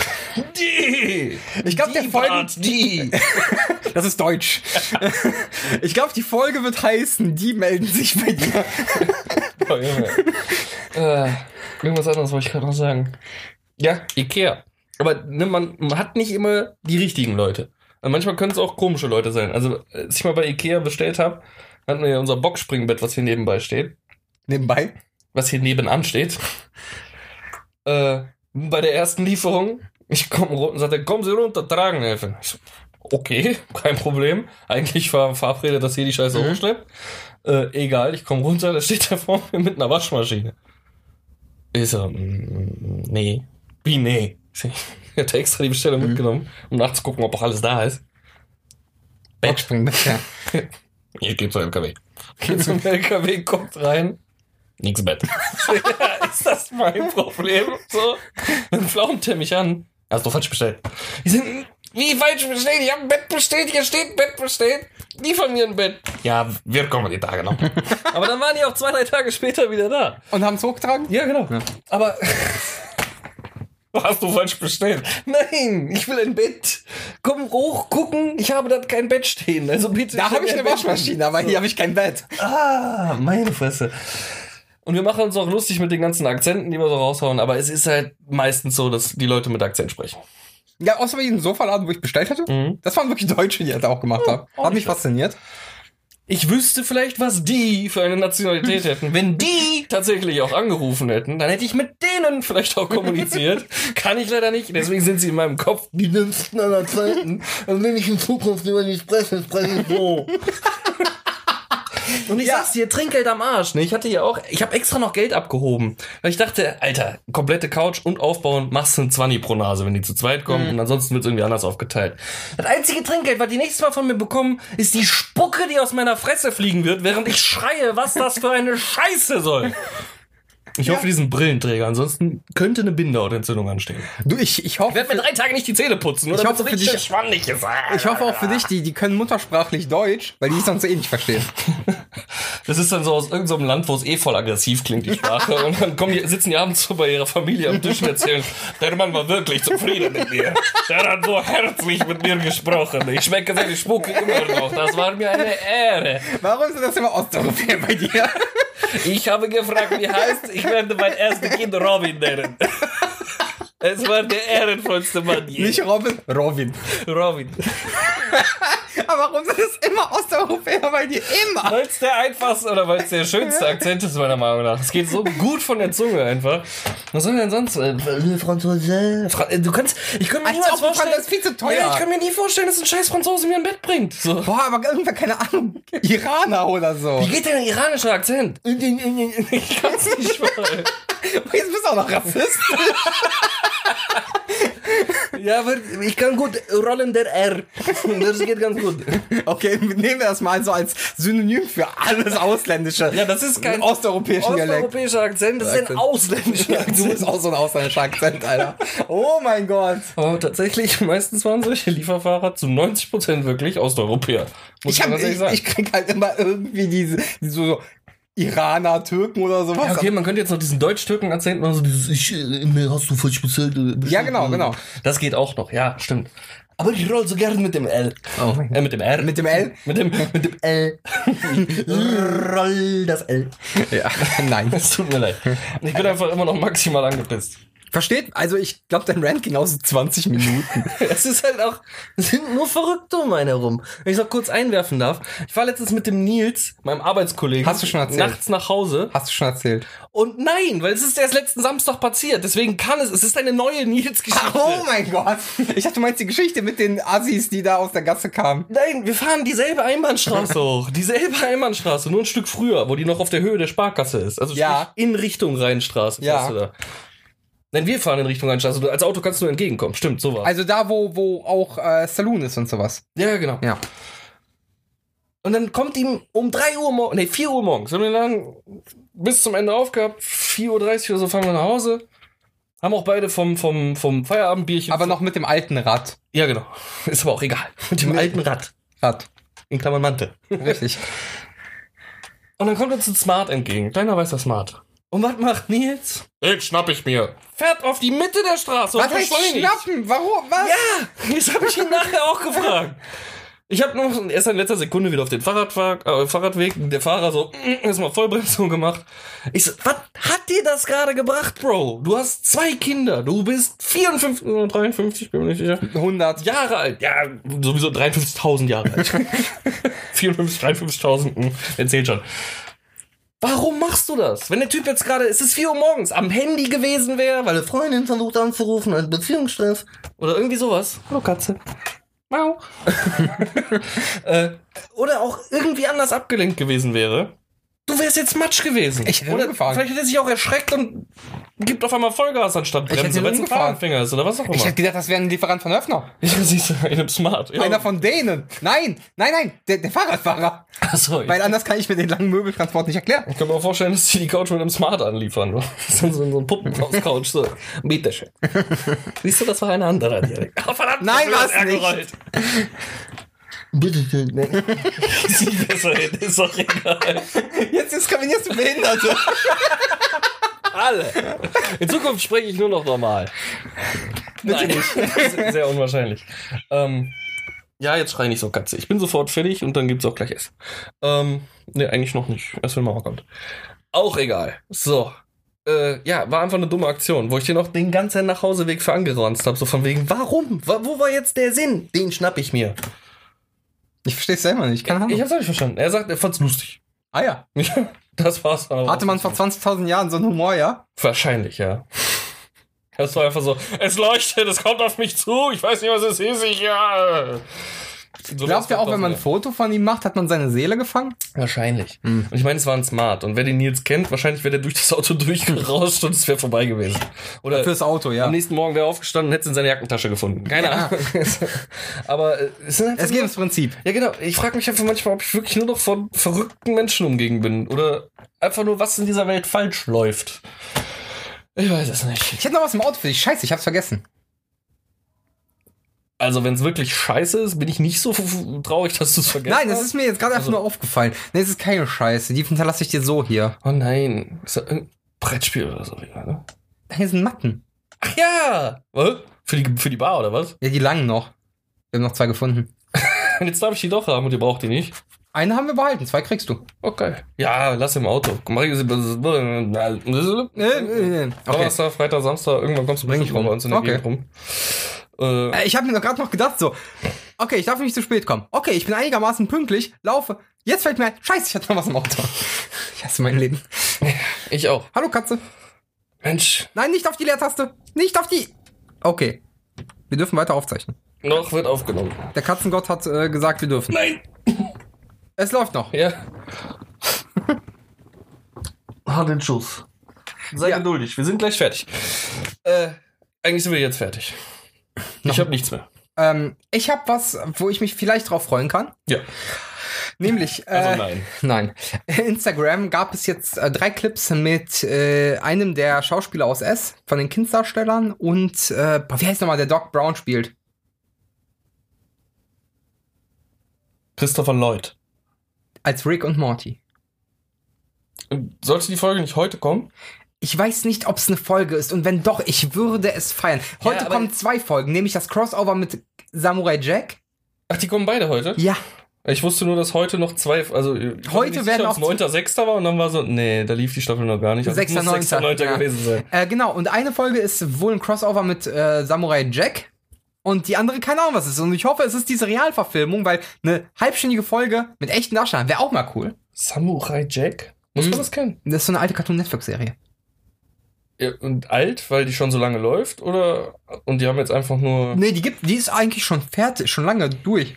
die, Ich glaube, der die Folgen... Part, die. Das ist Deutsch. Ich glaube, die Folge wird heißen, die melden sich bei dir. Oh, Junge. äh, irgendwas anderes wollte ich gerade noch sagen. Ja, Ikea. Aber ne, man, man hat nicht immer die richtigen Leute. Und manchmal können es auch komische Leute sein. Also, als ich mal bei Ikea bestellt habe, hatten wir ja unser Boxspringbett, was hier nebenbei steht. Nebenbei. Was hier nebenan steht. Äh, bei der ersten Lieferung, ich komme runter und sagte, kommen Sie runter, tragen helfen. Ich so, okay, kein Problem. Eigentlich war verabredet, dass hier die Scheiße Mhm. hochschleppt. Äh, egal, ich komme runter, da steht da vor mir mit einer Waschmaschine. Ich so, mm, nee. Wie nee? Ich hatte extra die Bestellung Mhm. mitgenommen, um nachzugucken, ob auch alles da ist. Bett. Boxspringen, ja. Hier geht's zum L K W. Geht zum L K W, kommt rein. Nix Bett. Ja, ist das mein Problem? So. Dann flaumt er mich an. Hast du falsch bestellt. Die sind, wie falsch bestellt? Ich hab ein Bett bestellt, hier steht Bett bestellt. Liefer mir ein Bett. Ja, wir kommen die Tage noch. Aber dann waren die auch zwei, drei Tage später wieder da. Und haben es hochgetragen? Ja, genau. Ja. Aber hast du falsch bestellt? Nein, ich will ein Bett. Komm hoch, gucken. Ich habe da kein Bett stehen. Also bitte. Da habe ich stell eine mir ein Bett Waschmaschine, aber hier habe ich kein Bett. Ah, meine Fresse. Und wir machen uns auch lustig mit den ganzen Akzenten, die wir so raushauen, aber es ist halt meistens so, dass die Leute mit Akzent sprechen. Ja, außer bei diesem Sofaladen, wo ich bestellt hatte. Mhm. Das waren wirklich Deutsche, die das auch gemacht haben. auch Hat mich nicht schlecht. fasziniert. Ich wüsste vielleicht, was die für eine Nationalität hätten. Wenn die tatsächlich auch angerufen hätten, dann hätte ich mit denen vielleicht auch kommuniziert. Kann ich leider nicht, deswegen sind sie in meinem Kopf die dümmsten aller Zeiten. Und wenn ich in Zukunft über die spreche, spreche ich so. Und ich Ja. sag's dir, Trinkgeld am Arsch. Ne? Ich hatte ja auch, ich habe extra noch Geld abgehoben. Weil ich dachte, Alter, komplette Couch und aufbauen, machst du ein zwanzig pro Nase, wenn die zu zweit kommen. Und ansonsten wird's irgendwie anders aufgeteilt. Das einzige Trinkgeld, was die nächstes Mal von mir bekommen, ist die Spucke, die aus meiner Fresse fliegen wird, während ich schreie, was das für eine Scheiße soll. Ich Ja. hoffe, diesen Brillenträger. Ansonsten könnte eine Bindehautentzündung anstehen. Du, ich, ich hoffe... Ich werde mir drei Tage nicht die Zähne putzen. Nur Ich damit hoffe für richtig dich- schwannig ist. Ich hoffe auch für dich, die, die können muttersprachlich Deutsch, weil die es sonst eh nicht verstehen. Das ist dann so aus irgendeinem so einem Land, wo es eh voll aggressiv klingt, die Sprache. Und dann kommen die, sitzen die abends so bei ihrer Familie am Tisch und erzählen, der Mann war wirklich zufrieden mit mir. Der hat so herzlich mit mir gesprochen. Ich schmecke seine Spucke immer noch. Das war mir eine Ehre. Warum sind das immer Osteuropäer bei dir? Ich habe gefragt, wie heißt, ich werde mein erstes Kind Robin nennen. Es war der ehrenvollste Mann je. Nicht Robin, Robin. Robin. Aber warum sind das immer Osteuropäer bei dir? Immer! Weil es der einfachste oder weil es der schönste Akzent ist, meiner Meinung nach. Es geht so gut von der Zunge einfach. Was soll denn sonst? Äh, Franzose. Fra äh, du kannst, ich könnte mir Als niemals ob ein vorstellen. Franzose ist viel zu teuer. Ja, ich kann mir nie vorstellen, dass ein scheiß Franzose mir ein Bett bringt. So. Boah, aber irgendwann, keine Ahnung, Iraner oder so. Wie geht denn ein iranischer Akzent? Ich kann's nicht mal. Jetzt bist du auch noch Rassist. Ja, aber ich kann gut rollen der R. Das geht ganz gut. Okay, nehmen wir das mal so als Synonym für alles Ausländische. Ja, das ist kein osteuropäischen Dialekt. osteuropäischer Akzent, das ist ein Akzent. ausländischer Du bist Akzent. auch so ein ausländischer Akzent, Alter. Oh mein Gott. Aber tatsächlich, meistens waren solche Lieferfahrer zu neunzig Prozent wirklich Osteuropäer. Muss Ich, man hab, tatsächlich ich, sagen. ich krieg halt immer irgendwie diese, diese so Iraner, Türken oder sowas. Ja, okay, man könnte jetzt noch diesen Deutsch-Türken-Akzent machen, so dieses, ich, äh, hast du falsch bestellt? äh, bestellt, Ja, genau, äh. genau. Das geht auch noch, ja, stimmt. Aber ich roll so gerne mit dem L. Oh mein Äh, mit dem R. Mit dem L? Mit dem, mit dem L. Roll das L. Ja, nein. Es tut mir leid. Ich bin einfach immer noch maximal angepisst. Versteht? Also ich glaube, dein Rant ging aus so zwanzig Minuten. Es ist halt auch, es sind nur Verrückte um einen herum. Wenn ich noch kurz einwerfen darf. Ich war letztens mit dem Nils, meinem Arbeitskollegen, Hast du schon erzählt? nachts nach Hause. Hast du schon erzählt? Und nein, weil es ist erst letzten Samstag passiert. Deswegen kann es, es ist eine neue Nils-Geschichte. Oh mein Gott. Ich dachte, du meinst die Geschichte mit den Assis, die da aus der Gasse kamen. Nein, wir fahren dieselbe Einbahnstraße hoch. Dieselbe Einbahnstraße, nur ein Stück früher, wo die noch auf der Höhe der Sparkasse ist. Also Ja. sprich in Richtung Rheinstraße. Ja. fährst du da. Nein, wir fahren in Richtung Altstadt. Also als Auto kannst du nur entgegenkommen. Stimmt, so war's. Also da, wo, wo auch äh, Saloon ist und sowas. Ja, genau. Ja. Und dann kommt ihm um drei Uhr morgens, nee, vier Uhr morgens. Wir haben den Laden bis zum Ende aufgehabt. vier Uhr dreißig oder so fahren wir nach Hause. Haben auch beide vom, vom, vom Feierabendbierchen. Aber noch mit dem alten Rad. Ja, genau. Ist aber auch egal. Mit dem Nee. alten Rad. Rad. In Klammern Mantel. Richtig. Und dann kommt uns ein Smart entgegen. Kleiner weißer Smart. Und was macht Nils? Den schnapp ich mir. Fährt auf die Mitte der Straße. Was und heißt beschleunigt. schnappen? Warum? Was? Ja, das habe ich ihn nachher auch gefragt. Ich habe noch erst in letzter Sekunde wieder auf den Fahrradweg, äh, Fahrradweg der Fahrer so mm, erstmal Vollbremsung gemacht. Ich so, was hat dir das gerade gebracht, Bro? Du hast zwei Kinder, du bist vierundfünfzig, dreiundfünfzig, bin mir nicht sicher, hundert. Jahre alt. Ja, sowieso dreiundfünfzigtausend Jahre alt. vierundfünfzig, dreiundfünfzigtausend, hm, erzählt schon. Warum machst du das? Wenn der Typ jetzt gerade, es ist vier Uhr morgens, am Handy gewesen wäre, weil eine Freundin versucht anzurufen, ein Beziehungsstress oder irgendwie sowas. Hallo Katze. Mau. äh, oder auch irgendwie anders abgelenkt gewesen wäre. Du wärst jetzt Matsch gewesen. Ich hätte oder umgefahren. vielleicht hätte er sich auch erschreckt und gibt auf einmal Vollgas anstatt Ich hätte Bremse, weil es ein umgefahren. Fahranfänger ist oder was auch immer. Ich hätte gedacht, das wäre ein Lieferant von Höfner. Ja, siehst du, in einem Smart. Ja. Einer von denen. Nein, nein, nein, der, der Fahrradfahrer. Achso, Weil anders kann ich mir den langen Möbeltransport nicht erklären. ich kann mir auch vorstellen, dass die die Couch mit einem Smart anliefern. Ne? Das ist so so ein Puppenhaus-Couch. So. Bitteschön. Siehst du, das war eine andere direkt. Oh, verdammt, Nein, das war's nicht. gerollt. Bitte schön. Ne? Sieht besser hin, ist doch egal. Jetzt diskriminierst du Behinderte. Alle. In Zukunft spreche ich nur noch normal. Nein, nicht. Sehr unwahrscheinlich. Ähm, ja, jetzt schrei nicht so, Katze. Ich bin sofort fertig und dann gibt's auch gleich Essen. Ähm, ne, eigentlich noch nicht. Erst wenn Mama kommt. Auch egal. So. Äh, ja, war einfach eine dumme Aktion, wo ich den auch den ganzen Nachhauseweg für angeranzt habe. So von wegen, warum? Wo war jetzt der Sinn? Den schnapp ich mir. Ich verstehe es selber nicht. Keine Ahnung. Ich hab's auch nicht verstanden. Er sagt, er fand's lustig. Ah ja. Ja, das war's. dann aber Hatte auch. man vor zwanzigtausend Jahren so einen Humor, ja? Wahrscheinlich, ja. Das war einfach so, es leuchtet, es kommt auf mich zu, ich weiß nicht, was es ist, ich, ja. So Glaubt ihr auch, wenn man ein ja. Foto von ihm macht, hat man seine Seele gefangen? Wahrscheinlich. Hm. Und ich meine, es war ein Smart. Und wer den Nils kennt, wahrscheinlich wäre der durch das Auto durchgerauscht und es wäre vorbei gewesen. Oder Fürs Auto, ja. am nächsten Morgen wäre er aufgestanden und hätte es in seine Jackentasche gefunden. Keine Ja. Ahnung. Aber äh, es sind einfach Es geht nur- ums Prinzip. Ja, genau. Ich frage mich einfach manchmal, ob ich wirklich nur noch von verrückten Menschen umgeben bin. Oder einfach nur, was in dieser Welt falsch läuft. Ich weiß es nicht. Ich hätte noch was im Auto für dich. Scheiße, ich hab's vergessen. Also, wenn es wirklich scheiße ist, bin ich nicht so f- f- traurig, dass du es vergessen Nein, das hast. ist mir jetzt gerade einfach Also- nur aufgefallen. Nee, es ist keine Scheiße. Die hinterlasse ich dir so hier. Oh nein. Ist das ein Brettspiel oder so wieder, ne? Hier sind Matten. Ach ja! Was? Für die, für die Bar, oder was? Ja, die langen noch. Wir haben noch zwei gefunden. Und jetzt darf ich die doch haben und ihr braucht die nicht. Eine haben wir behalten, zwei kriegst du. Okay. Ja, lass im Auto. Mach ich- Äh, äh, äh. Okay. Donnerstag, Freitag, Samstag, irgendwann kommst du Bring bestimmt ich rum. mal bei uns in der Okay. Gegend rum. Äh, Äh, Ich habe mir doch gerade noch gedacht so, okay, ich darf nicht zu spät kommen. Okay, ich bin einigermaßen pünktlich, laufe. Jetzt fällt mir ein, scheiße, ich hatte noch was im Auto. Ich hasse mein Leben. ich auch. Hallo Katze. Mensch, Nein, nicht auf die Leertaste. Nicht auf die. Okay. Wir dürfen weiter aufzeichnen. noch wird aufgenommen. Der Katzengott hat äh, gesagt, wir dürfen. Nein! Es läuft noch. Ja. Hat den Schuss. Sei Ja. geduldig, wir sind gleich fertig. Äh, eigentlich sind wir jetzt fertig. Ich habe nichts mehr. Ähm, ich habe was, wo ich mich vielleicht drauf freuen kann. Ja. Nämlich, äh, Also nein. Nein. Instagram gab es jetzt äh, drei Clips mit äh, einem der Schauspieler aus S, von den Kindsdarstellern und, äh, boah, wie heißt nochmal, der Doc Brown spielt? Christopher Lloyd. Als Rick und Morty. Sollte die Folge nicht heute kommen? Ich weiß nicht, ob es eine Folge ist und wenn doch, ich würde es feiern. Heute Ja, aber- kommen zwei Folgen, nämlich das Crossover mit Samurai Jack. Ach, die kommen beide heute? Ja. Ich wusste nur, dass heute noch zwei, also Heute werden auch neunter sechster war und dann war so, nee, da lief die Staffel noch gar nicht. Also es Sechster, muss sechster, Neunter, neunter ja. gewesen sein. Äh, genau, und eine Folge ist wohl ein Crossover mit äh, Samurai Jack. Und die andere, keine Ahnung, was es ist. Und ich hoffe, es ist diese Realverfilmung, weil eine halbstündige Folge mit echten Darstellern wäre auch mal cool. Samurai Jack? Muss Mhm. man das kennen? Das ist so eine alte Cartoon-Network-Serie. Ja, und alt, weil die schon so lange läuft? Oder und die haben jetzt einfach nur. Nee, die gibt, die ist eigentlich schon fertig, schon lange durch.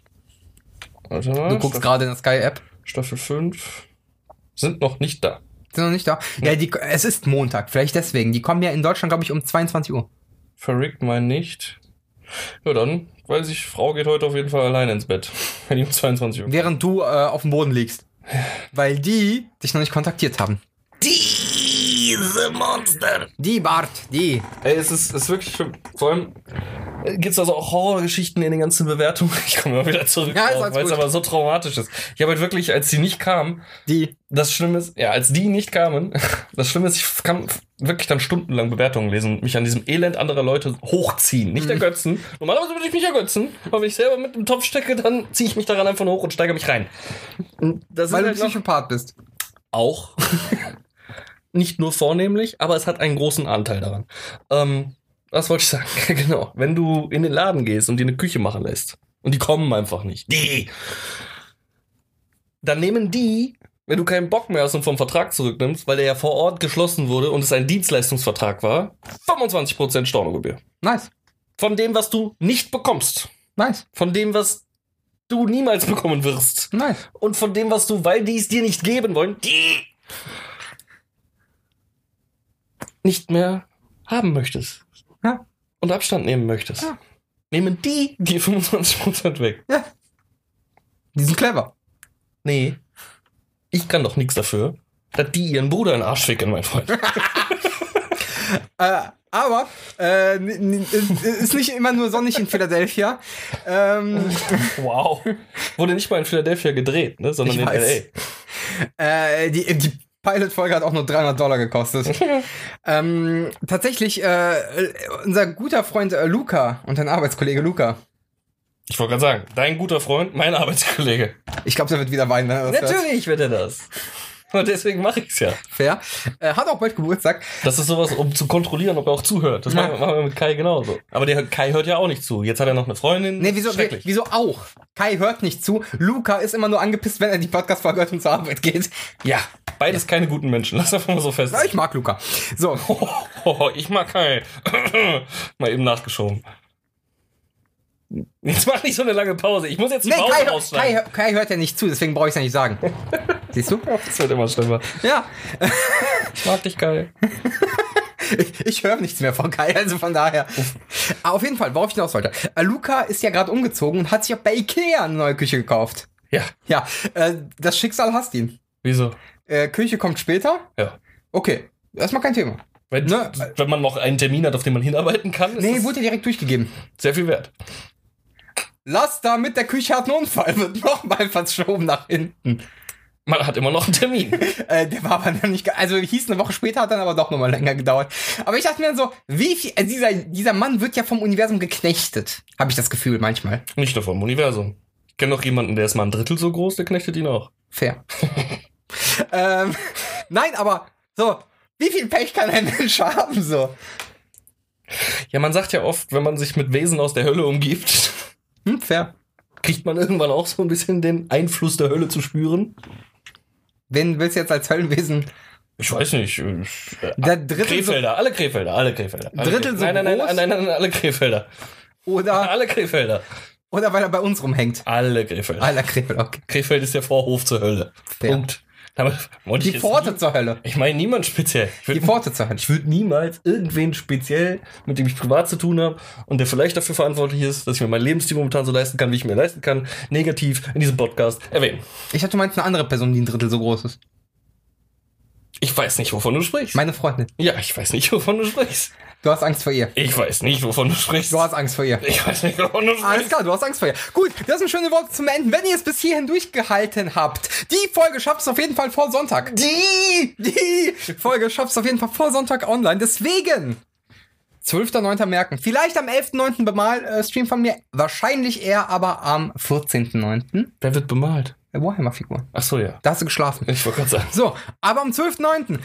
Warte mal, Du guckst Staffel, gerade in der Sky-App. Staffel fünf. Sind noch nicht da. Sind noch nicht da? Ja, die, es ist Montag, vielleicht deswegen. Die kommen ja in Deutschland, glaube ich, um zweiundzwanzig Uhr. Verrückt mein nicht. Ja, dann weiß ich, Frau geht heute auf jeden Fall alleine ins Bett. Wenn die um zweiundzwanzig Uhr. Während du äh, auf dem Boden liegst. Weil die dich noch nicht kontaktiert haben. Diese Monster. Die Bart, die. Ey, es ist, es ist wirklich schlimm. Vor allem äh, gibt's also auch Horrorgeschichten in den ganzen Bewertungen. Ich komme mal wieder zurück, Ja, weil es aber so traumatisch ist. Ich habe halt wirklich, als die nicht kamen, Die. das Schlimme ist, ja, als die nicht kamen, das Schlimme ist, ich kann wirklich dann stundenlang Bewertungen lesen und mich an diesem Elend anderer Leute hochziehen. Nicht ergötzen. Normalerweise würde ich mich ergötzen, aber wenn ich selber mit dem Topf stecke, dann ziehe ich mich daran einfach nur hoch und steigere mich rein. Und das Weil ist du halt noch Psychopath bist. auch. Nicht nur vornehmlich, aber es hat einen großen Anteil daran. Ähm, was wollte ich sagen? Genau. Wenn du in den Laden gehst und dir eine Küche machen lässt und die kommen einfach nicht, die, dann nehmen die, wenn du keinen Bock mehr hast und vom Vertrag zurücknimmst, weil der ja vor Ort geschlossen wurde und es ein Dienstleistungsvertrag war, fünfundzwanzig Prozent Stornogebühr. Nice. Von dem, was du nicht bekommst. Nice. Von dem, was du niemals bekommen wirst. Nice. Und von dem, was du, weil die es dir nicht geben wollen, die nicht mehr haben möchtest. Ja. Und Abstand nehmen möchtest. Ja. Nehmen die die fünfundzwanzig Prozent weg. Ja. Die sind clever. Nee. Ich kann doch nichts dafür, dass die ihren Bruder in den Arsch ficken, mein Freund. Äh, aber äh, n- n- ist nicht immer nur sonnig in Philadelphia. Ähm, Wow. Wurde nicht mal in Philadelphia gedreht, ne, sondern Ich in weiß. L A. äh, die, die Pilot-Folge hat auch nur dreihundert Dollar gekostet. ähm, tatsächlich, äh, unser guter Freund äh, Luca und dein Arbeitskollege Luca. Ich wollte gerade sagen, dein guter Freund, mein Arbeitskollege. Ich glaube, der wird wieder weinen, wenn er das hört. Natürlich wird er das. Und deswegen mache ich's ja. Fair. Äh, hat auch bald Geburtstag. Das ist sowas, um zu kontrollieren, ob er auch zuhört. Das Ja. machen wir, machen wir mit Kai genauso. Aber der Kai hört ja auch nicht zu. Jetzt hat er noch eine Freundin. Nee, wieso, Schrecklich. wieso auch? Kai hört nicht zu. Luca ist immer nur angepisst, wenn er die Podcast-Folge hört und zur Arbeit geht. Ja, beides keine guten Menschen. Lass einfach mal so fest. Ja, ich mag Luca. So. Oh, oh, ich mag Kai. Mal eben nachgeschoben. Jetzt mach nicht so eine lange Pause. Ich muss jetzt die Nee, Pause Kai, Kai, rausschneiden. Kai hört ja nicht zu, deswegen brauche ich es ja nicht sagen. Siehst du? Das wird immer schlimmer. Ja. Ich mag dich, Kai. Ich, ich höre nichts mehr von Kai, also von daher. Aber auf jeden Fall, worauf ich hinaus wollte. Äh, Luca ist ja gerade umgezogen und hat sich auch bei Ikea eine neue Küche gekauft. Ja. Ja, äh, das Schicksal hasst ihn. Wieso? Äh, Küche kommt später. Ja. Okay, erstmal kein Thema. Wenn, Ne? wenn man noch einen Termin hat, auf den man hinarbeiten kann, ist Nee, das wurde ja direkt durchgegeben. sehr viel wert. Laster mit der Küche hat einen Unfall, wird nochmal verschoben nach hinten. Man hat immer noch einen Termin. Äh, der war aber dann nicht, ge- also hieß eine Woche später, hat dann aber doch nochmal länger gedauert. Aber ich dachte mir dann so, wie viel, also dieser, dieser Mann wird ja vom Universum geknechtet. Habe ich das Gefühl manchmal. Nicht nur vom Universum. Ich kenne noch jemanden, der ist mal ein Drittel so groß, der knechtet ihn auch. Fair. ähm, nein, aber so, wie viel Pech kann ein Mensch haben, so? Ja, man sagt ja oft, wenn man sich mit Wesen aus der Hölle umgibt, Hm, fair. kriegt man irgendwann auch so ein bisschen den Einfluss der Hölle zu spüren. Wen willst du jetzt als Höllenwesen? Ich weiß nicht. äh, Der Drittel so, Krefelder, alle Krefelder, alle Krefelder. Alle Drittel Krefelder. so nein, nein, nein, groß? nein, nein, nein, nein, alle Krefelder. oder, Alle Krefelder. oder weil er bei uns rumhängt. Alle Krefelder. Aller Krefeld, okay. Krefeld ist der Vorhof zur Hölle. Fair. Punkt. Damit wollte ich Die jetzt Pforte nie- zur Hölle. Ich meine niemand speziell. Ich Die würde Pforte zur Hölle. ich würd niemals irgendwen speziell, mit dem ich privat zu tun habe und der vielleicht dafür verantwortlich ist, dass ich mir mein Lebensstil momentan so leisten kann, wie ich mir leisten kann, negativ in diesem Podcast erwähnen. Ich hatte, du meinst eine andere Person, die ein Drittel so groß ist. Ich weiß nicht, wovon du sprichst. Meine Freundin. Ja, ich weiß nicht, wovon du sprichst. Du hast Angst vor ihr. Ich weiß nicht, wovon du sprichst. Du hast Angst vor ihr. Ich weiß nicht, wovon du sprichst. Alles klar, du hast Angst vor ihr. Gut, das sind schöne Worte zum Enden. Wenn ihr es bis hierhin durchgehalten habt, die Folge schafft es auf jeden Fall vor Sonntag. Die, die Folge schafft es auf jeden Fall vor Sonntag online. Deswegen zwölfter neunter merken. Vielleicht am elften neunten bemal äh, Stream von mir. Wahrscheinlich eher aber am vierzehnten neunten Wer wird bemalt? Warhammer-Figur. Ach so, ja. Da hast du geschlafen. Ich wollte gerade sagen. So, aber am zwölften neunten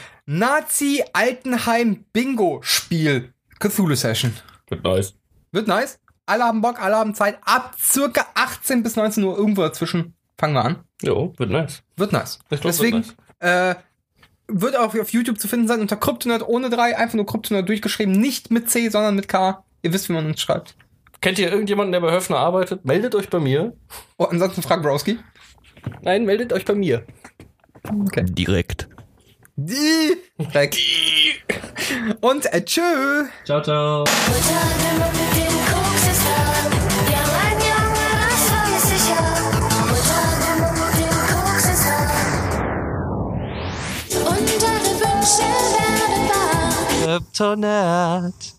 Nazi-Altenheim-Bingo-Spiel. Cthulhu-Session. Wird nice. Wird nice. Alle haben Bock, alle haben Zeit. Ab circa achtzehn bis neunzehn Uhr irgendwo dazwischen fangen wir an. Jo, wird nice. Wird nice. Ich glaub, Deswegen wird nice. äh, wird auch auf YouTube zu finden sein unter Kryptonerd ohne drei. Einfach nur Kryptonerd durchgeschrieben. Nicht mit C, sondern mit K. Ihr wisst, wie man uns schreibt. Kennt ihr irgendjemanden, der bei Höfner arbeitet? Meldet euch bei mir. Oh, ansonsten fragt Browski. Nein, meldet euch bei mir. Okay. Direkt. Die. Weg. Und äh, tschö. Ciao, ciao. Kryptonat.